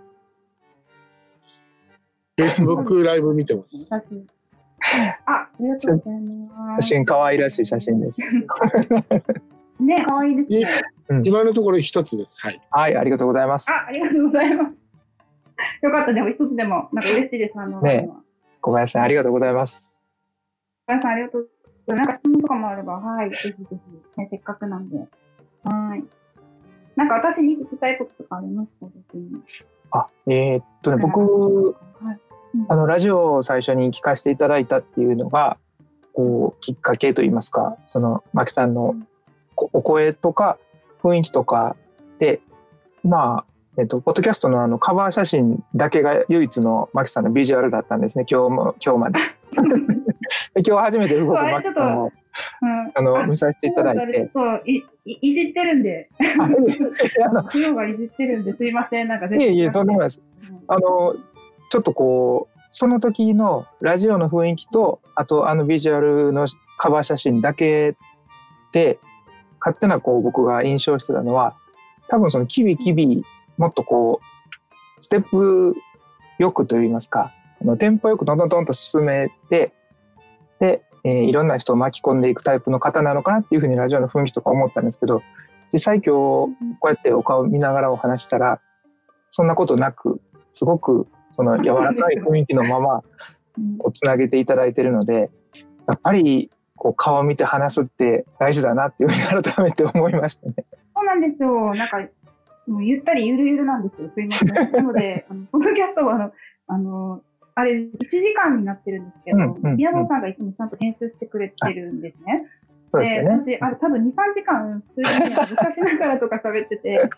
Facebook ライブ見てます。 あ、ありがとうございます。 写真可愛らしい写真です。 ね、可愛いですね。 今のところ一つです。はい。 はい、ありがとうございます。 あ、ありがとうございます。よかった、でも一つでもなんか嬉しいです。あのね、小林さんありがとうございます。 小林さんありがとう。なんか質問とかもあれば、はい、ぜひぜひ、ね、せっかくなんで。はい。なんか私に聞きたいこととかありますか？ あ、えー、っとね、僕、はい、うん、あのラジオを最初に聞かせていただいたっていうのがこうきっかけといいますか、その牧さんのお声とか雰囲気とかで、まあ、えっと、ポッドキャストのあのカバー写真だけが唯一の牧さんのビジュアルだったんですね、今日も今日まで。で今日初めて動く牧さんを、うん、あの見させていただいて、 そういいいじってるんで、昨日がいじってるんですいません、なんか全然。 いえいえ、とんでもないです。うん、あのちょっとこうその時のラジオの雰囲気と、あとあのビジュアルのカバー写真だけで勝手なこう僕が印象してたのは、多分そのキビキビもっとこうステップよくといいますか、あのテンポよくどんどんどんと進めて、で、えー、いろんな人を巻き込んでいくタイプの方なのかなっていうふうにラジオの雰囲気とか思ったんですけど、実際今日こうやってお顔見ながらお話したらそんなことなく、すごくその柔らかい雰囲気のままこうつなげていただいているので、やっぱりこう顔を見て話すって大事だなっていうふうに改めて思いましたね。 そうなんですよ。なんかもうゆったりゆるゆるなんですよ。すいません。なのであのポッドキャストはあのあのあれいちじかんになってるんですけど、うんうんうん、宮本さんがいつもちゃんと編集してくれてるんですね。 そうですよね。 で、私あれ多分にさんじかん普通に昔ながらとか喋ってて。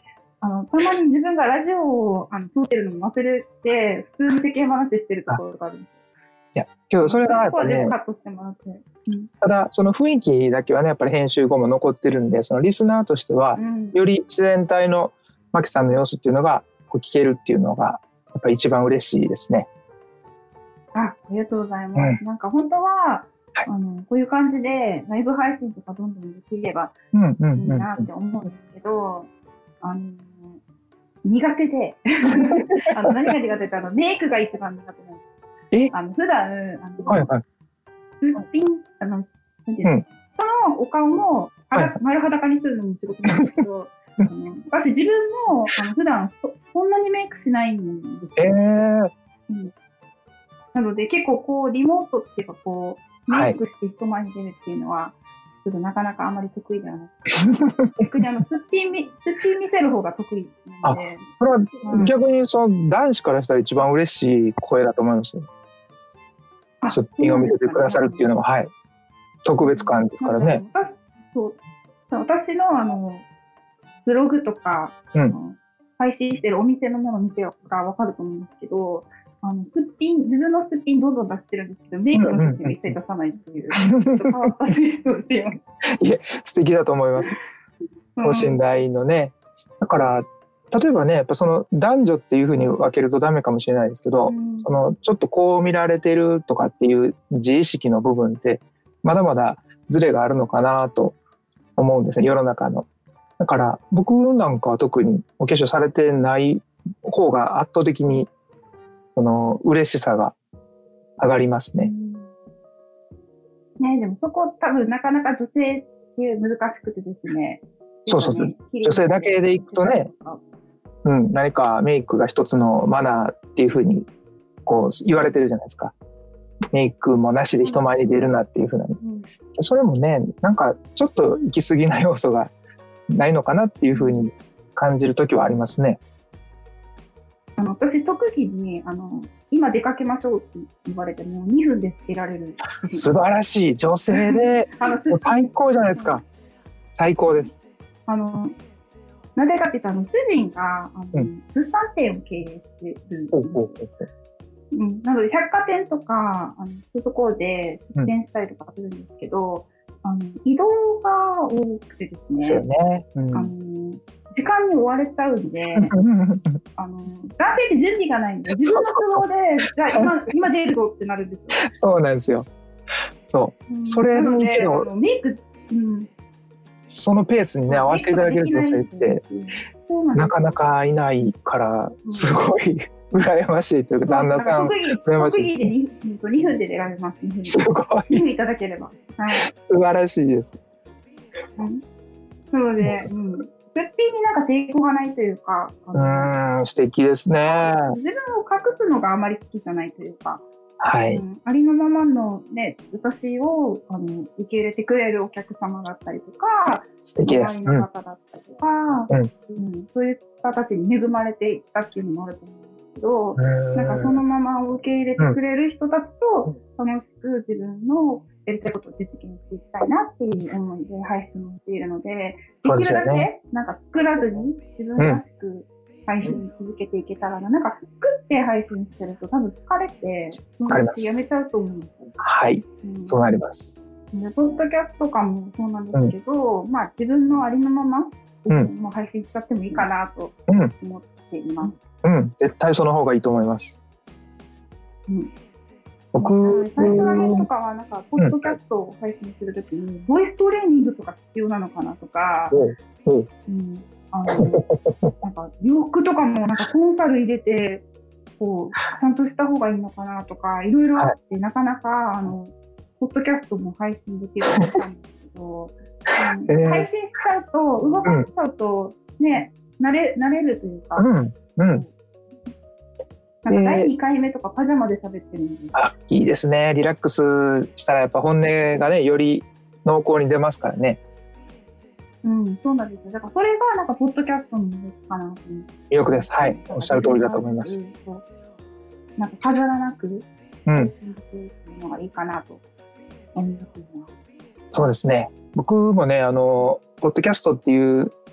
あの、たまに自分がラジオをあの撮ってるのも忘れて、普通に世間話してるところがあるんです。 いや、けどそれがやっぱね、 カットしてもらって。うん、 ただ、その雰囲気だけはね、やっぱり編集後も残ってるんで、そのリスナーとしては、うん、より自然体のマキさんの様子っていうのがこう聞けるっていうのが、やっぱり一番嬉しいですね。 あ、ありがとうございます。うん、なんか本当は、はい、あのこういう感じでライブ配信とかどんどんできればいいなって思うんですけど、あの苦手であの何が苦手ってあのメイクが一番苦手なんです。 えあの普段あの、 はいはい、 すっぴんあのなんていうの、うん、そのお顔も、はい、丸裸にするのも仕事なんですけどあの私自分もあの普段 そ, そんなにメイクしないんですよ。 えーうん、なので結構こうリモートっていうかこうメイクして人前に出るっていうのは、はい、ちょっとなかなかあまり得意ではなくて逆にあのすっぴんみすっぴん見せる方が得意なので、 それは逆にその男子からしたら一番嬉しい声だと思いますよ。すっぴんを見せてくださるっていうのが、はい、特別感ですからね。 そう私のあのブログとか、うん、配信してるお店のものを見てるから分かると思うんですけど、あのすっぴん自分のすっぴんどんどん出してるんですけど、メイクの写真を一切出さないっていう、うんうん、ちょっと変わったメイクをしています。 いや素敵だと思います。等身大のね、だから例えばね、やっぱその男女っていうふうに分けるとダメかもしれないですけど、うん、そのちょっとこう見られてるとかっていう自意識の部分ってまだまだズレがあるのかなと思うんですね、世の中の。だから僕なんかは特にお化粧されてない方が圧倒的にその嬉しさが上がりますね。 うん、ね、でもそこ多分なかなか女性っていう難しくてですね。 そうそうそう、女性だけでいくとね、うん、何かメイクが一つのマナーっていうふうにこう言われてるじゃないですか。メイクもなしで人前に出るなっていうふうな、うん、それもね、なんかちょっと行き過ぎな要素がないのかなっていうふうに感じる時はありますね。 あの私特技にあの今出かけましょうって言われてもにふんでつけられる。 素晴らしい、女性でもう最高じゃないですか。最高です。 あのなぜかっていうと、あの主人があの、うん、物産店を経営してるんです、ね。うん、なので百貨店とかあのそういうところで出店したりとかするんですけど、うん、あの移動が多くてですね、 そうね、うん、 あの時間に追われちゃうんであの男性って準備がないんで、自分の都合でじゃあ 今, 今出るぞってなるんですよ。 そうなんですよ。そう、うん、それのであのメイク、うん、 そのペースにね合わせていただける女性ってなかなかいないからすごい、うん、羨ましいというか、旦那さん羨ましい。特技で に, にふんで出られます。 すごい。 にふんいただければ、はい、 素晴らしいです。 うん、なので、うん、すっぴんになんか抵抗がないというか、 うーん、素敵ですね。 自分を隠すのがあまり好きじゃないというか、 はい、 うん、ありのままのね、私をあの受け入れてくれるお客様だったりとか、 素敵です。 周りの方だったりとか、うんうん、そういう方たちに恵まれてきたっていうのもあると思うんですけど、なんかそのままを受け入れてくれる人たちと楽しく自分のやりたいことを実現していきたいなっていう思いで配信をしているので、できるだけなんか作らずに自分らしく配信続けていけたらな。なんか作って配信してると多分疲れて疲れますやめちゃうと思うんですよ。 はい、うん、そうなります。 ポッドキャストとかもそうなんですけど、うん、まあ自分のありのまま、うん、もう配信しちゃってもいいかなと思っています。 うん、うん、絶対その方がいいと思います。 うん、 僕最初の辺とかはなんかポッドキャストを配信するときに、うん、ボイストレーニングとか必要なのかなとか、 うんうんうんあのなんか洋服とかもなんかコンサル入れてこうちゃんとした方がいいのかなとかいろいろあって、はい、なかなかあのポッドキャストも配信できるようになったんですけど、うんえー、配信しちゃうと動かしちゃうと、うん、ね慣れ慣れるというか、 うんうん、なんかだいにかいめとかパジャマで喋ってるんで、 あ、いいですね。リラックスしたらやっぱ本音がねより濃厚に出ますからね。 うん、そうなんですよ。だからそれがなんかポッドキャストの魅力かなと思って。 魅力です。はい、おっしゃる通りだと思います。 なんか飾らなく配信するっていうのがいいかなと思いますね。 そうですね。僕もね、あのポッドキャストっていう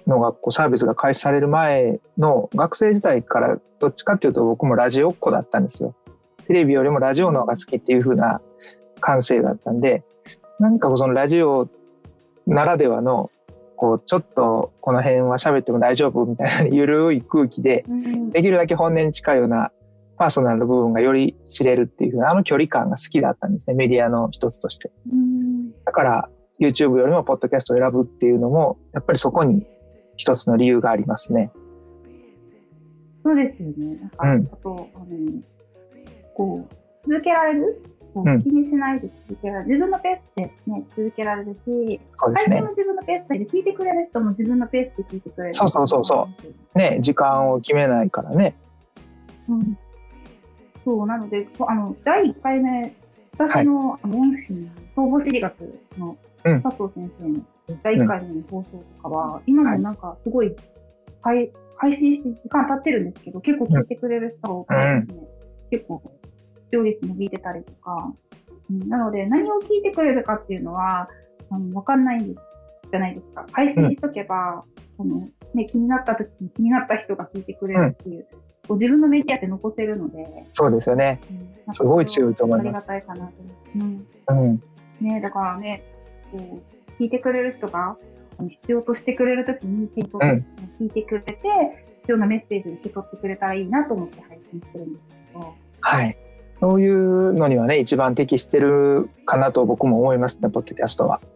のがこうサービスが開始される前の学生時代からどっちかっていうと僕もラジオっ子だったんですよ。テレビよりもラジオの方が好きっていう風な感性だったんで、何かそのラジオならではのこうちょっとこの辺は喋っても大丈夫みたいな緩い空気で、できるだけ本音に近いようなパーソナルの部分がより知れるっていう風なあの距離感が好きだったんですね、メディアの一つとして。だから YouTube よりもポッドキャストを選ぶっていうのもやっぱりそこに一つの理由がありますね。 そうですよね。なんか、うん、あとあのこう続けられる、こう気にしないで続けられる、うん、自分のペースで、ね、続けられるし、 そうですね、 最初の自分のペースで聞いてくれる人も自分のペースで聞いてくれる。 そうそうそうそうね、時間を決めないからね。 うん、そうなのであのだいいっかいめ私の恩師の総合地理学の佐藤先生のだいいっかいめの放送とかは、うん、今もなんかすごい、はい、配信して時間経ってるんですけど結構聞いてくれる人が多くてですね、うん、結構視聴率伸びてたりとか、うん、なので何を聞いてくれるかっていうのはあの分かんないんじゃないですか。配信しとけば、うん、のね、気になった時に気になった人が聞いてくれるっていう、うん、こう自分のメディアって残せるので。 そうですよね、うん、すごい強いと思います。 ありがたいかなと思います、うんうんね、だからねこう聞いてくれる人が必要としてくれるときに聞いてくれて、うん、必要なメッセージを受け取ってくれたらいいなと思って配信してるんですけど、 はい、そういうのにはね一番適してるかなと僕も思いますね、ポッドキャストは。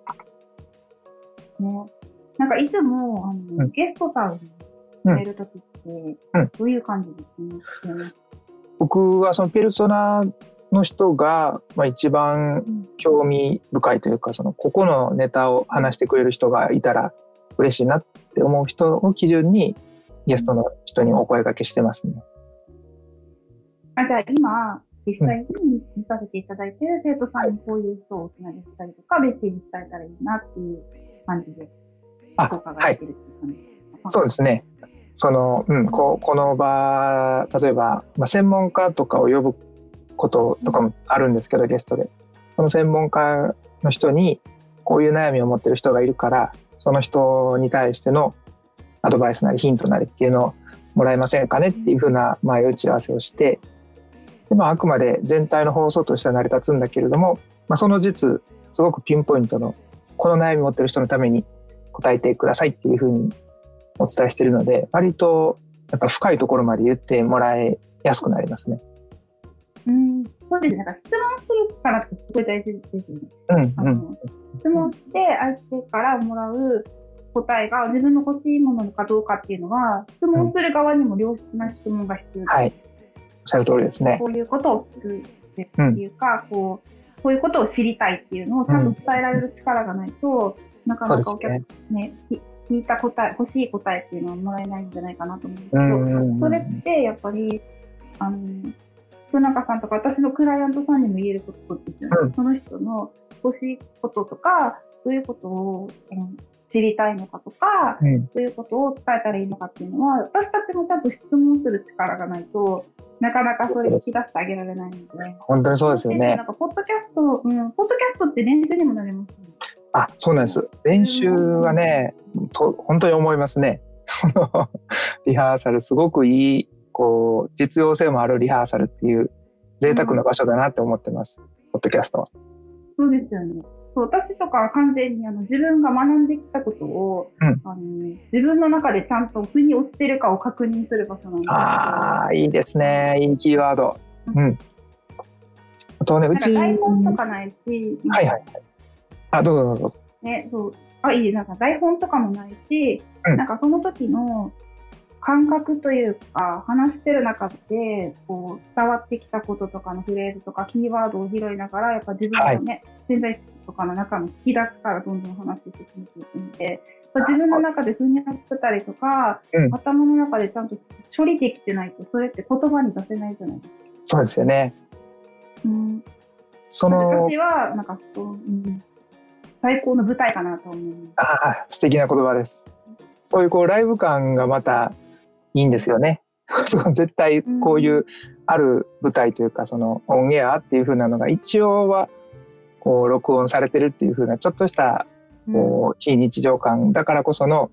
ね、なんかいつもあの、うん、ゲストさんに触れるときってどういう感じですかね、うん、 僕はそのペルソナの人が、まあ、一番興味深いというか、そのここのネタを話してくれる人がいたら嬉しいなって思う人を基準にゲストの人にお声掛けしてますね。 あ、じゃあ今実際に見させていただいている生徒さんにこういう人をおつなぎしたりとか、メッセージ伝えたらいいなっていう感じで効果が出てるっていう感じですか？ そうですね。その、うん、こ, この場例えば、まあ、専門家とかを呼ぶこととかもあるんですけど、ゲストでその専門家の人にこういう悩みを持ってる人がいるからその人に対してのアドバイスなりヒントなりっていうのをもらえませんかねっていうふうな前打ち合わせをして、で、まあ、あくまで全体の放送としては成り立つんだけれども、まあ、その実すごくピンポイントのこの悩みを持ってる人のために答えてくださいっていうふうにお伝えしているので、割とやっぱ深いところまで言ってもらいやすくなりますね。 うん、そうですね。なんか質問するからってすごい大事ですね。 うんうん、 あの質問して相手からもらう答えが自分の欲しいものかどうかっていうのは、質問する側にも良質な質問が必要です。 はい、おっしゃる通りですね。 こういうことをするっていうか、うん、こうこういうことを知りたいっていうのをちゃんと伝えられる力がないと、うん、なかなかお客さんね、聞いた答え、欲しい答えっていうのはもらえないんじゃないかなと思うんですけど、うんうんうん、それってやっぱりあの福永さんとか私のクライアントさんにも言えることですよね、うん、その人の欲しいこととかどういうことを、うん、知りたいのかとか、うん、どういうことを伝えたらいいのかっていうのは私たちもちゃんと質問する力がないとなかなかそれを引き出してあげられないので。 本当にそうですよね。 なんかポッドキャスト、うん、ポッドキャストって練習にもなりますね。 あ、そうなんです。練習はね、と本当に思いますね。リハーサルすごくいい、こう実用性もあるリハーサルっていう贅沢な場所だなって思ってます、うん、ポッドキャストは。 そうですよね。そう、私とかは完全にあの自分が学んできたことを、うん、あの自分の中でちゃんと腑に落ちてるかを確認する場所なんですけど。 ああ、いいですね。いいキーワード。うん。あとね、うち台本とかないし。 はいはい。あ、どうぞどうぞ。 ね、そう。あ、いい、なんか台本とかもないし、うん、なんかその時の感覚というか話してる中でこう伝わってきたこととかのフレーズとかキーワードを拾いながらやっぱ自分のね、はい、潜在意識とかの中の引き出すからどんどん話して進めていくので、自分の中で腑に落ちたりとか、うん、頭の中でちゃんと処理できてないとそれって言葉に出せないじゃないですか。 そうですよね。 うん、 その私はなんかそう、うん、最高の舞台かなと思います。 ああ、素敵な言葉です。そういうこうライブ感がまたいいんですよね。絶対こういうある舞台というかそのオンエアっていう風なのが一応はこう録音されてるっていう風なちょっとしたこう非日常感だからこその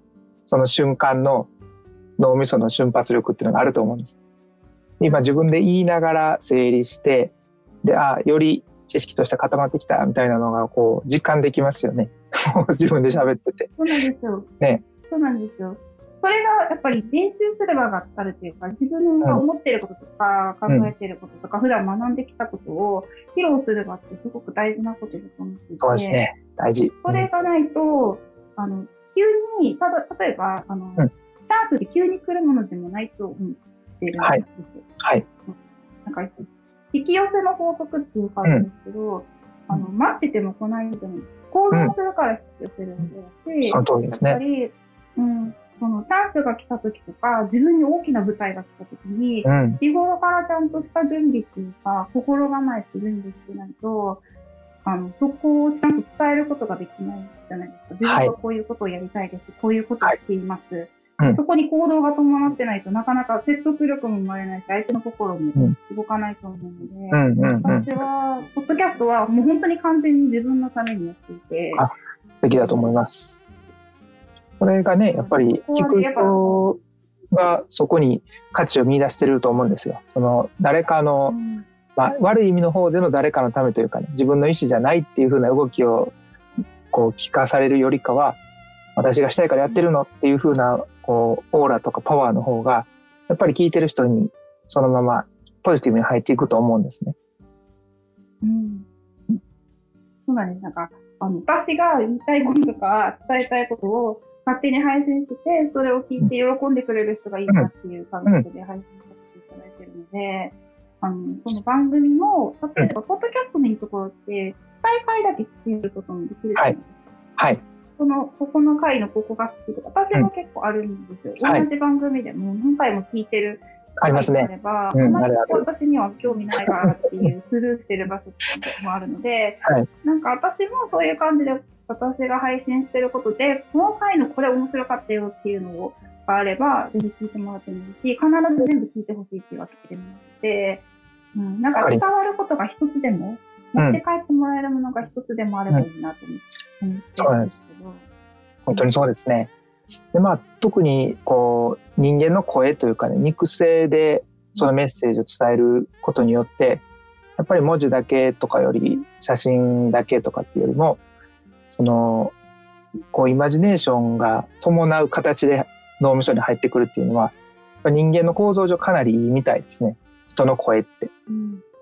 その瞬間の脳みその瞬発力っていうのがあると思うんです。今自分で言いながら整理して、で、あ、より知識として固まってきたみたいなのがこう実感できますよね。自分で喋ってて。 そうなんですよ。 ね。 そうなんですよ。それがやっぱり練習すればがあるというか、自分が思っていることとか、考えていることとか、うん、普段学んできたことを披露する場ってすごく大事なことだと思っていて。 そうですね。大事。 それがないと、あの、急に、ただ、例えば、あの、うん、チャンスで急に来るものでもないと思っているんですよ。 はい。はい。 なんか、引き寄せの法則っていうかあるんですけど、うん、あの、待ってても来ないんじゃない。行動するから引き寄せるんだし、 その通りですね。 やっぱり、うん、そのチャンスが来た時とか、自分に大きな舞台が来た時に、うん、日頃からちゃんとした準備っていうか、心構えして準備してないと、あの、そこをちゃんと伝えることができないじゃないですか。自分はこういうことをやりたいです。はい、こういうことをしています。はい、うん、そこに行動が伴ってないとなかなか説得力も生まれないし、相手の心も動かないと思うので、うんうんうん、私は、ポッドキャストはもう本当に完全に自分のためにやっていて。 あ、素敵だと思います。これがね、やっぱり聞く人がそこに価値を見出してると思うんですよ。その誰かの、うん、まあ、悪い意味の方での誰かのためというかね、自分の意思じゃないっていう風な動きをこう聞かされるよりかは、私がしたいからやってるのっていう風なこうオーラとかパワーの方がやっぱり聞いてる人にそのままポジティブに入っていくと思うんですね。 うん、そうなんです。なんかあの私が言いたいこととか伝えたいことを勝手に配信してて、それを聞いて喜んでくれる人がいいなっていう感覚で配信させていただいてるので、あのその番組も例えばポッドキャストのいいところって伝え会だけ聞けることもできるじゃないですか。 はい。はいこの、ここの回のここが好きとか、私も結構あるんですよ。うん、同じ番組でも何回も聞いてるありますね。 あれば、うん、あんまり私には興味ないからっていうスルーしてる場所もあるので、はい、なんか私もそういう感じで私が配信してることで、この回のこれ面白かったよっていうのがあれば、ぜひ聞いてもらってもいいし、必ず全部聞いてほしいっていうわけでもなくて、うん、なんか伝わることが一つでも、持って帰ってもらえるものが一つでもあればいいなと思って。 うんうん、そうなんです。本当にそうですね。で、まあ、特にこう人間の声というかね、肉声でそのメッセージを伝えることによって、やっぱり文字だけとかより写真だけとかっていうよりも、そのこうイマジネーションが伴う形で脳みそに入ってくるっていうのは、やっぱ人間の構造上かなりいいみたいですね。人の声って。うん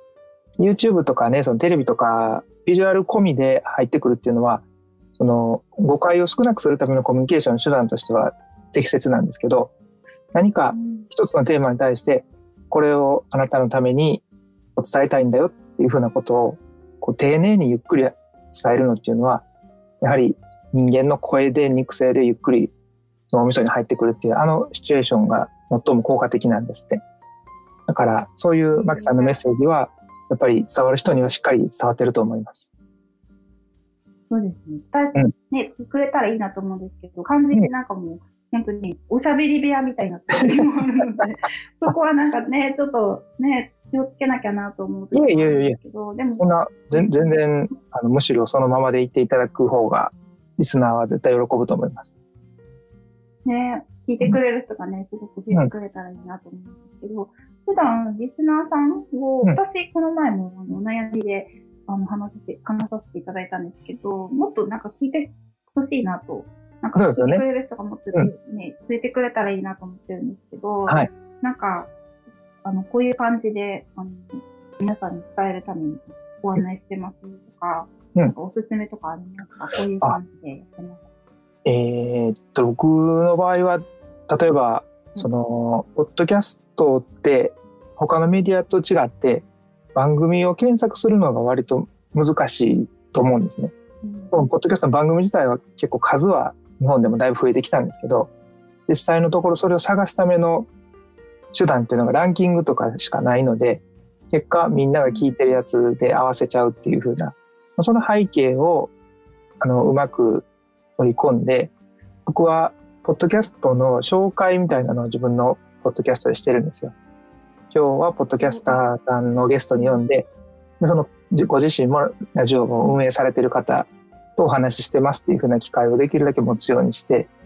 、YouTube とかね、そのテレビとかビジュアル込みで入ってくるっていうのは、その誤解を少なくするためのコミュニケーションの手段としては適切なんですけど、何か一つのテーマに対してこれをあなたのために伝えたいんだよっていうふうなことをこう丁寧にゆっくり伝えるのっていうのは、やはり人間の声で肉声でゆっくり脳みそに入ってくるっていうあのシチュエーションが最も効果的なんですって。だからそういうマキさんのメッセージはやっぱり伝わる人にはしっかり伝わってると思います。 そうですね。伝えて、ね、くれたらいいなと思うんですけど、完全になんかもう、本当におしゃべり部屋みたいになってるのもあるので、そこはなんかね、ちょっとね、気をつけなきゃなと思うところなんですけど、でも、 そんな、全然、あの、むしろそのままでいっていただく方が、リスナーは絶対喜ぶと思います。 ね、聞いてくれる人がね、すごく増えてくれたらいいなと思うんですけど、うん、普段、リスナーさんを、私、この前もあのお悩みで、あの話させて、話させていただいたんですけど、もっとなんか聞いてほしいなと、なんか聞いてくれる人がもっとね、ね、ついてくれたらいいなと思ってるんですけど、はい、なんか、あの、こういう感じで、あの、皆さんに伝えるためにご案内してますとか、うん、なんかおすすめとかありますか？こういう感じでやってますか？ えー、っと、僕の場合は、例えば、その、ポッドキャストって他のメディアと違って、番組を検索するのが割と難しいと思うんですね。うん、ポッドキャストの番組自体は結構数は日本でもだいぶ増えてきたんですけど、実際のところそれを探すための手段っていうのがランキングとかしかないので、結果みんなが聞いてるやつで合わせちゃうっていう風な、その背景をあのうまく取り込んで、僕はポッドキャストの紹介みたいなのを自分のポッドキャストでしてるんですよ。今日はポッドキャスターさんのゲストに呼んで、でそのご自身もラジオを運営されている方とお話ししてますっていう風な機会をできるだけ持つようにして、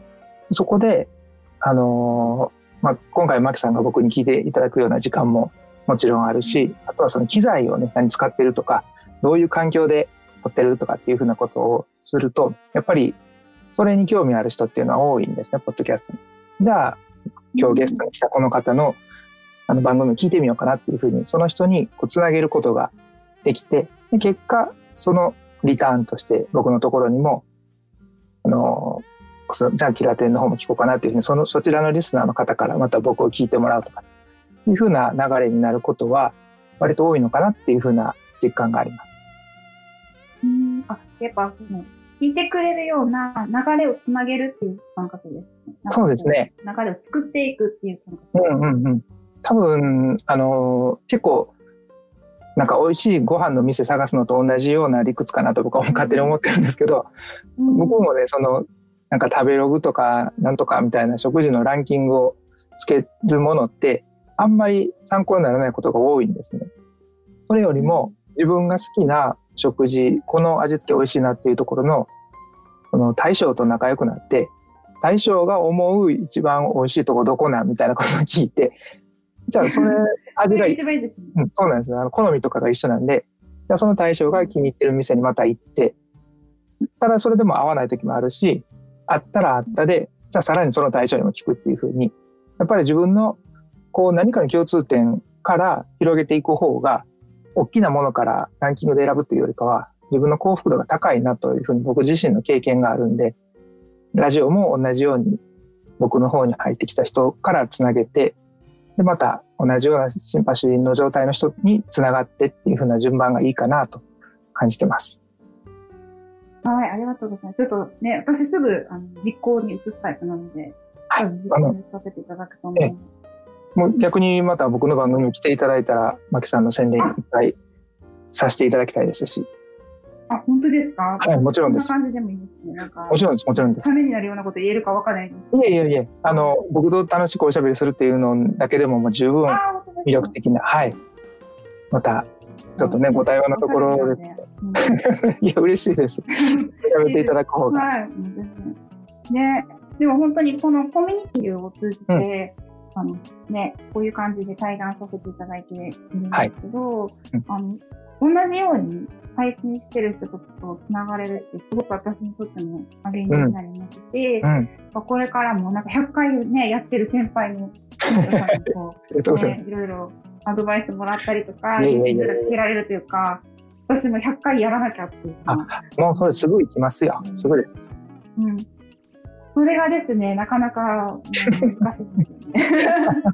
そこで、あのーまあ、今回マキさんが僕に聞いていただくような時間ももちろんあるし、あとはその機材をね、何使ってるとか、どういう環境で撮ってるとかっていうふうなことをすると、やっぱりそれに興味ある人っていうのは多いんですね、ポッドキャストに。じゃあ、今日ゲストに来たこの方のあの番組を聞いてみようかなっていうふうに、その人にこうつなげることができて、で結果、そのリターンとして僕のところにも、あのーじゃあキラテンの方も聞こうかなというふうに、そのそちらのリスナーの方からまた僕を聞いてもらうとかいうふうな流れになることは割と多いのかなっていうふうな実感があります。 うんあやっぱその聞いてくれるような流れをつなげるっていう感覚ですね。 そうですね。 流れを作っていくっていう感覚。 うんうんうん。多分あのー、結構なんか美味しいご飯の店探すのと同じような理屈かなと僕は勝手に思ってるんですけど、うん、僕もねそのなんか食べログとかなんとかみたいな食事のランキングをつけるものってあんまり参考にならないことが多いんですね。それよりも自分が好きな食事、この味付け美味しいなっていうところのその大将と仲良くなって、大将が思う一番美味しいところどこなんみたいなことを聞いて、じゃあそれ味がいい、うん、そうなんですよ。あの好みとかが一緒なんで、じゃあその大将が気に入ってる店にまた行って、ただそれでも合わない時もあるし、あったらあったで、じゃあさらにその対象にも聞くっていう風に、やっぱり自分のこう何かの共通点から広げていく方が、大きなものからランキングで選ぶというよりかは、自分の幸福度が高いなという風に僕自身の経験があるんで、ラジオも同じように僕の方に入ってきた人からつなげて、でまた同じようなシンパシーの状態の人につながってっていう風な順番がいいかなと感じてます。 はい、ありがとうございます。ちょっとね、私すぐあの実行に移すタイプなので、 はい、 実行に移させていただくと思うので。 もう逆にまた僕の番組に来ていただいたら、マキさんの宣伝いっぱいさせていただきたいですし。 あ、本当ですか？ はい、もちろんです。 そんな感じでもいいですね。なんかもちろんです、もちろんです。 ためになるようなこと言えるかわからないです。 いえいえいえ、あの、僕と楽しくおしゃべりするっていうのだけでももう十分魅力的な、はい。また、ちょっとね、ご対話のところで、ねうん、いや嬉しいです。やめていただく方が。はい、 ね、でも本当にこのコミュニティを通じて、うん、あのね、こういう感じで対談させていただいているんですけど、はいうん、あの同じように配信してる人とつながれるってすごく私にとっても励みになりまして、うんうん、これからもなんかひゃっかいねやってる先輩の方さんにこう、ね、いろいろアドバイスもらったりとか、いろいろつけられるというか、私もひゃっかいやらなきゃっていうか。 あ、もうそれすぐ行きますよ。すぐです。 うん。それがですね、なかなか難しいですよね。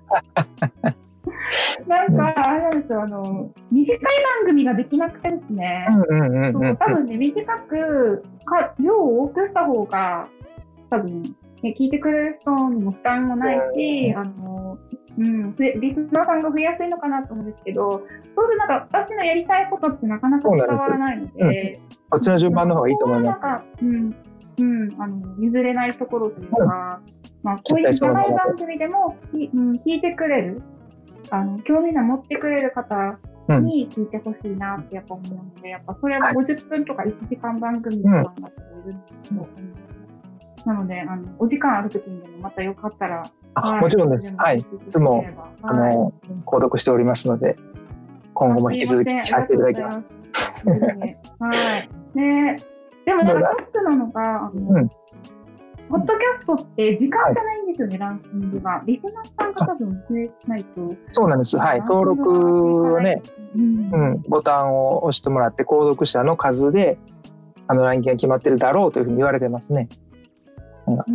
なんか、あれなんですよ、あの、短い番組ができなくてですね、うんうんうんうん、多分ね、短くか、量を多くした方が、多分、ね、聞いてくれる人にも負担もないし、あの、うん、リスナーさんが増えやすいのかなと思うんですけど、そうするとなんか私のやりたいことってなかなか伝わらないので、 うん、こっちの順番の方がいいと思います。 なんか、うん、うん、あの譲れないところというか、うん、まあこういう長い番組でも、うん、聞いてくれる、あの興味の持ってくれる方に聞いてほしいなってやっぱ思うので、やっぱそれはごじゅっぷんとかいちじかん番組とかになっているんですけど。うんなので、あの、お時間あるときにでもまたよかったら。 あ、はい、もちろんです。はい。いつも、はい、あの、購読しておりますので、今後も引き続き聞かせていただきます。 はい。ねでもなんかタスクなのが、あの、うん、ポッドキャストって時間じゃないんですよね、はい、ランキングが。リスナーさんが多分増えないと。 そうなんです。はい。登録をね、うん、うん、ボタンを押してもらって、購読者の数で、あの、ランキングが決まってるだろうというふうに言われてますね。うん、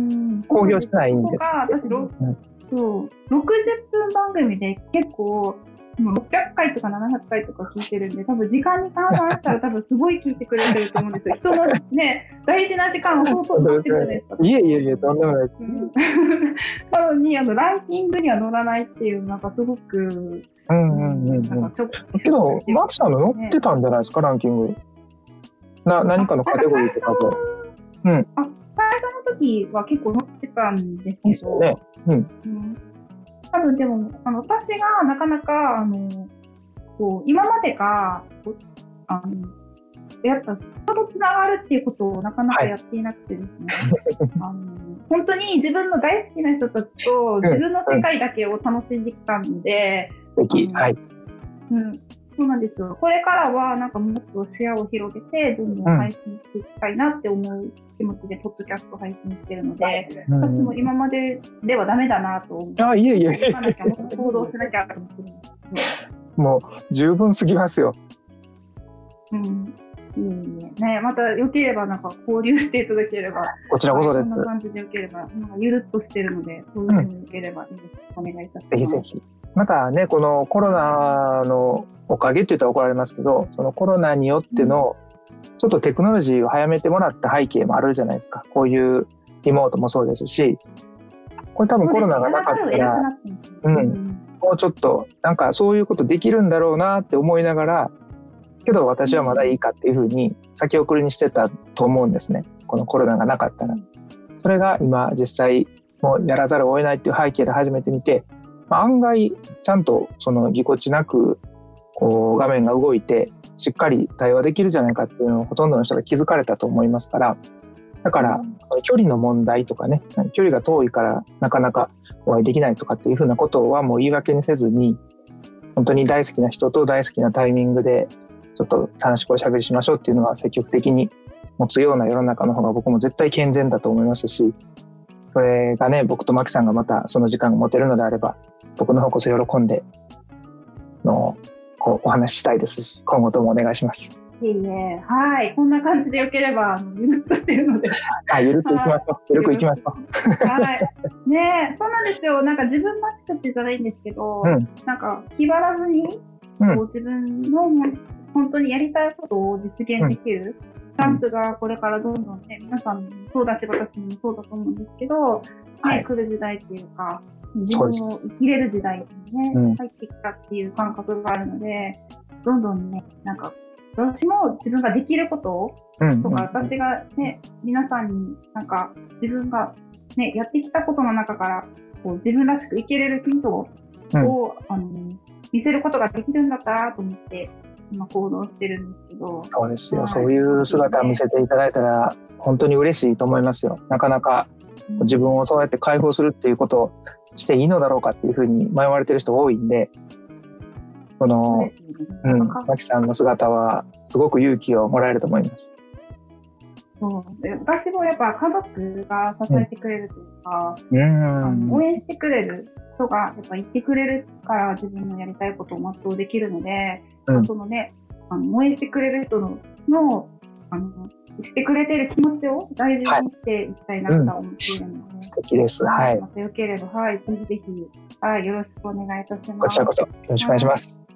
公表してないんですけど、 私、うん、そうろくじゅっぷん番組で結構ろっぴゃっかいとかななひゃっかいとか聞いてるんで、多分時間に換算したら多分すごい聞いてくれてると思うんですよ。人のね大事な時間を相当取ってるじゃないですか。 いえいえいえ、とんでもないです。 なのにあのランキングには乗らないっていうなんかすごく、うんうんうんうん、なんかちょっとけどマキさんの乗ってたんじゃないですか、ランキング。な何かのカテゴリーとかと。うん。 あ最初の時は結構乗ってたんですけど、ねうんうん、多分でもあの私がなかなかあのこう今までがあのやっぱ人とつながるっていうことをなかなかやっていなくてですね、はい、あの本当に自分の大好きな人たちと自分の世界だけを楽しんできたので、 素敵、はい、 うん、そうなんですよ。これからはなんかもっと視野を広げてどんどん配信していきたいなって思う気持ちでポッドキャスト配信してるので、うん、私も今までではダメだなと思って、 あ、いえいえいえ、 もっと行動しなきゃと思ってるんですけど、もう十分すぎますよ。 うん、いいね。ね、またよければなんか交流していただければ、 こちらこそです。 こんな感じでよければ、なんかゆるっとしてるので、そういうのによければよろしくお願いいたします。 ぜひぜひ。またね、このコロナのおかげって言ったら怒られますけど、そのコロナによってのちょっとテクノロジーを早めてもらった背景もあるじゃないですか。こういうリモートもそうですし、これ多分コロナがなかったら、うん、もうちょっとなんかそういうことできるんだろうなって思いながら、けど私はまだいいかっていうふうに先送りにしてたと思うんですね。このコロナがなかったら。それが今実際もうやらざるを得ないっていう背景で初めて見て、案外ちゃんとそのぎこちなくこう画面が動いてしっかり対話できるじゃないかっていうのをほとんどの人が気づかれたと思いますから、だから距離の問題とかね、距離が遠いからなかなかお会いできないとかっていうふうなことはもう言い訳にせずに、本当に大好きな人と大好きなタイミングでちょっと楽しくおしゃべりしましょうっていうのは積極的に持つような世の中の方が僕も絶対健全だと思いますし、それがね、僕とマキさんがまたその時間が持てるのであれば、僕の方こそ喜んでのこうお話ししたいですし、今後ともお願いします。 いいね。はい、こんな感じでよければゆるっとしてるので、 はい、ゆるっといきましょう。ゆるくいきましょう。 はい。ね、そうなんですよ。なんか自分らしくってじゃないんですけど、うん、なんか気張らずに、うん、こう自分の本当にやりたいことを実現できる。うんチャンスがこれからどんどんね、皆さんもそうだし私もそうだと思うんですけど、ねはい、来る時代っていうか、自分を生きれる時代にね、うん、入ってきたっていう感覚があるので、どんどんね、なんか、私も自分ができることとか、うん、私がね、皆さんになんか自分がね、やってきたことの中から、こう自分らしく生きれるヒントを、うん、あの見せることができるんだったらと思って、今行動してるんですけど、 そうですよ、はい、そういう姿を見せていただいたら本当に嬉しいと思いますよ。なかなか自分をそうやって解放するっていうことをしていいのだろうかっていうふうに迷われてる人多いんで、その、うん、マキさんの姿はすごく勇気をもらえると思います。 そうで私もやっぱ家族が支えてくれるというか、うん、あの応援してくれる人がやっぱ言ってくれるから自分のやりたいことを全うできるので、うん、そのね、あの応援してくれる人の、の、あのしてくれてる気持ちを大事にしていきたいなと思っているので、はいうん、 素敵です。はい。 またよければ、はい、ぜひぜひ、はい、よろしくお願いいたします。 こちらこそよろしくお願いします。 はい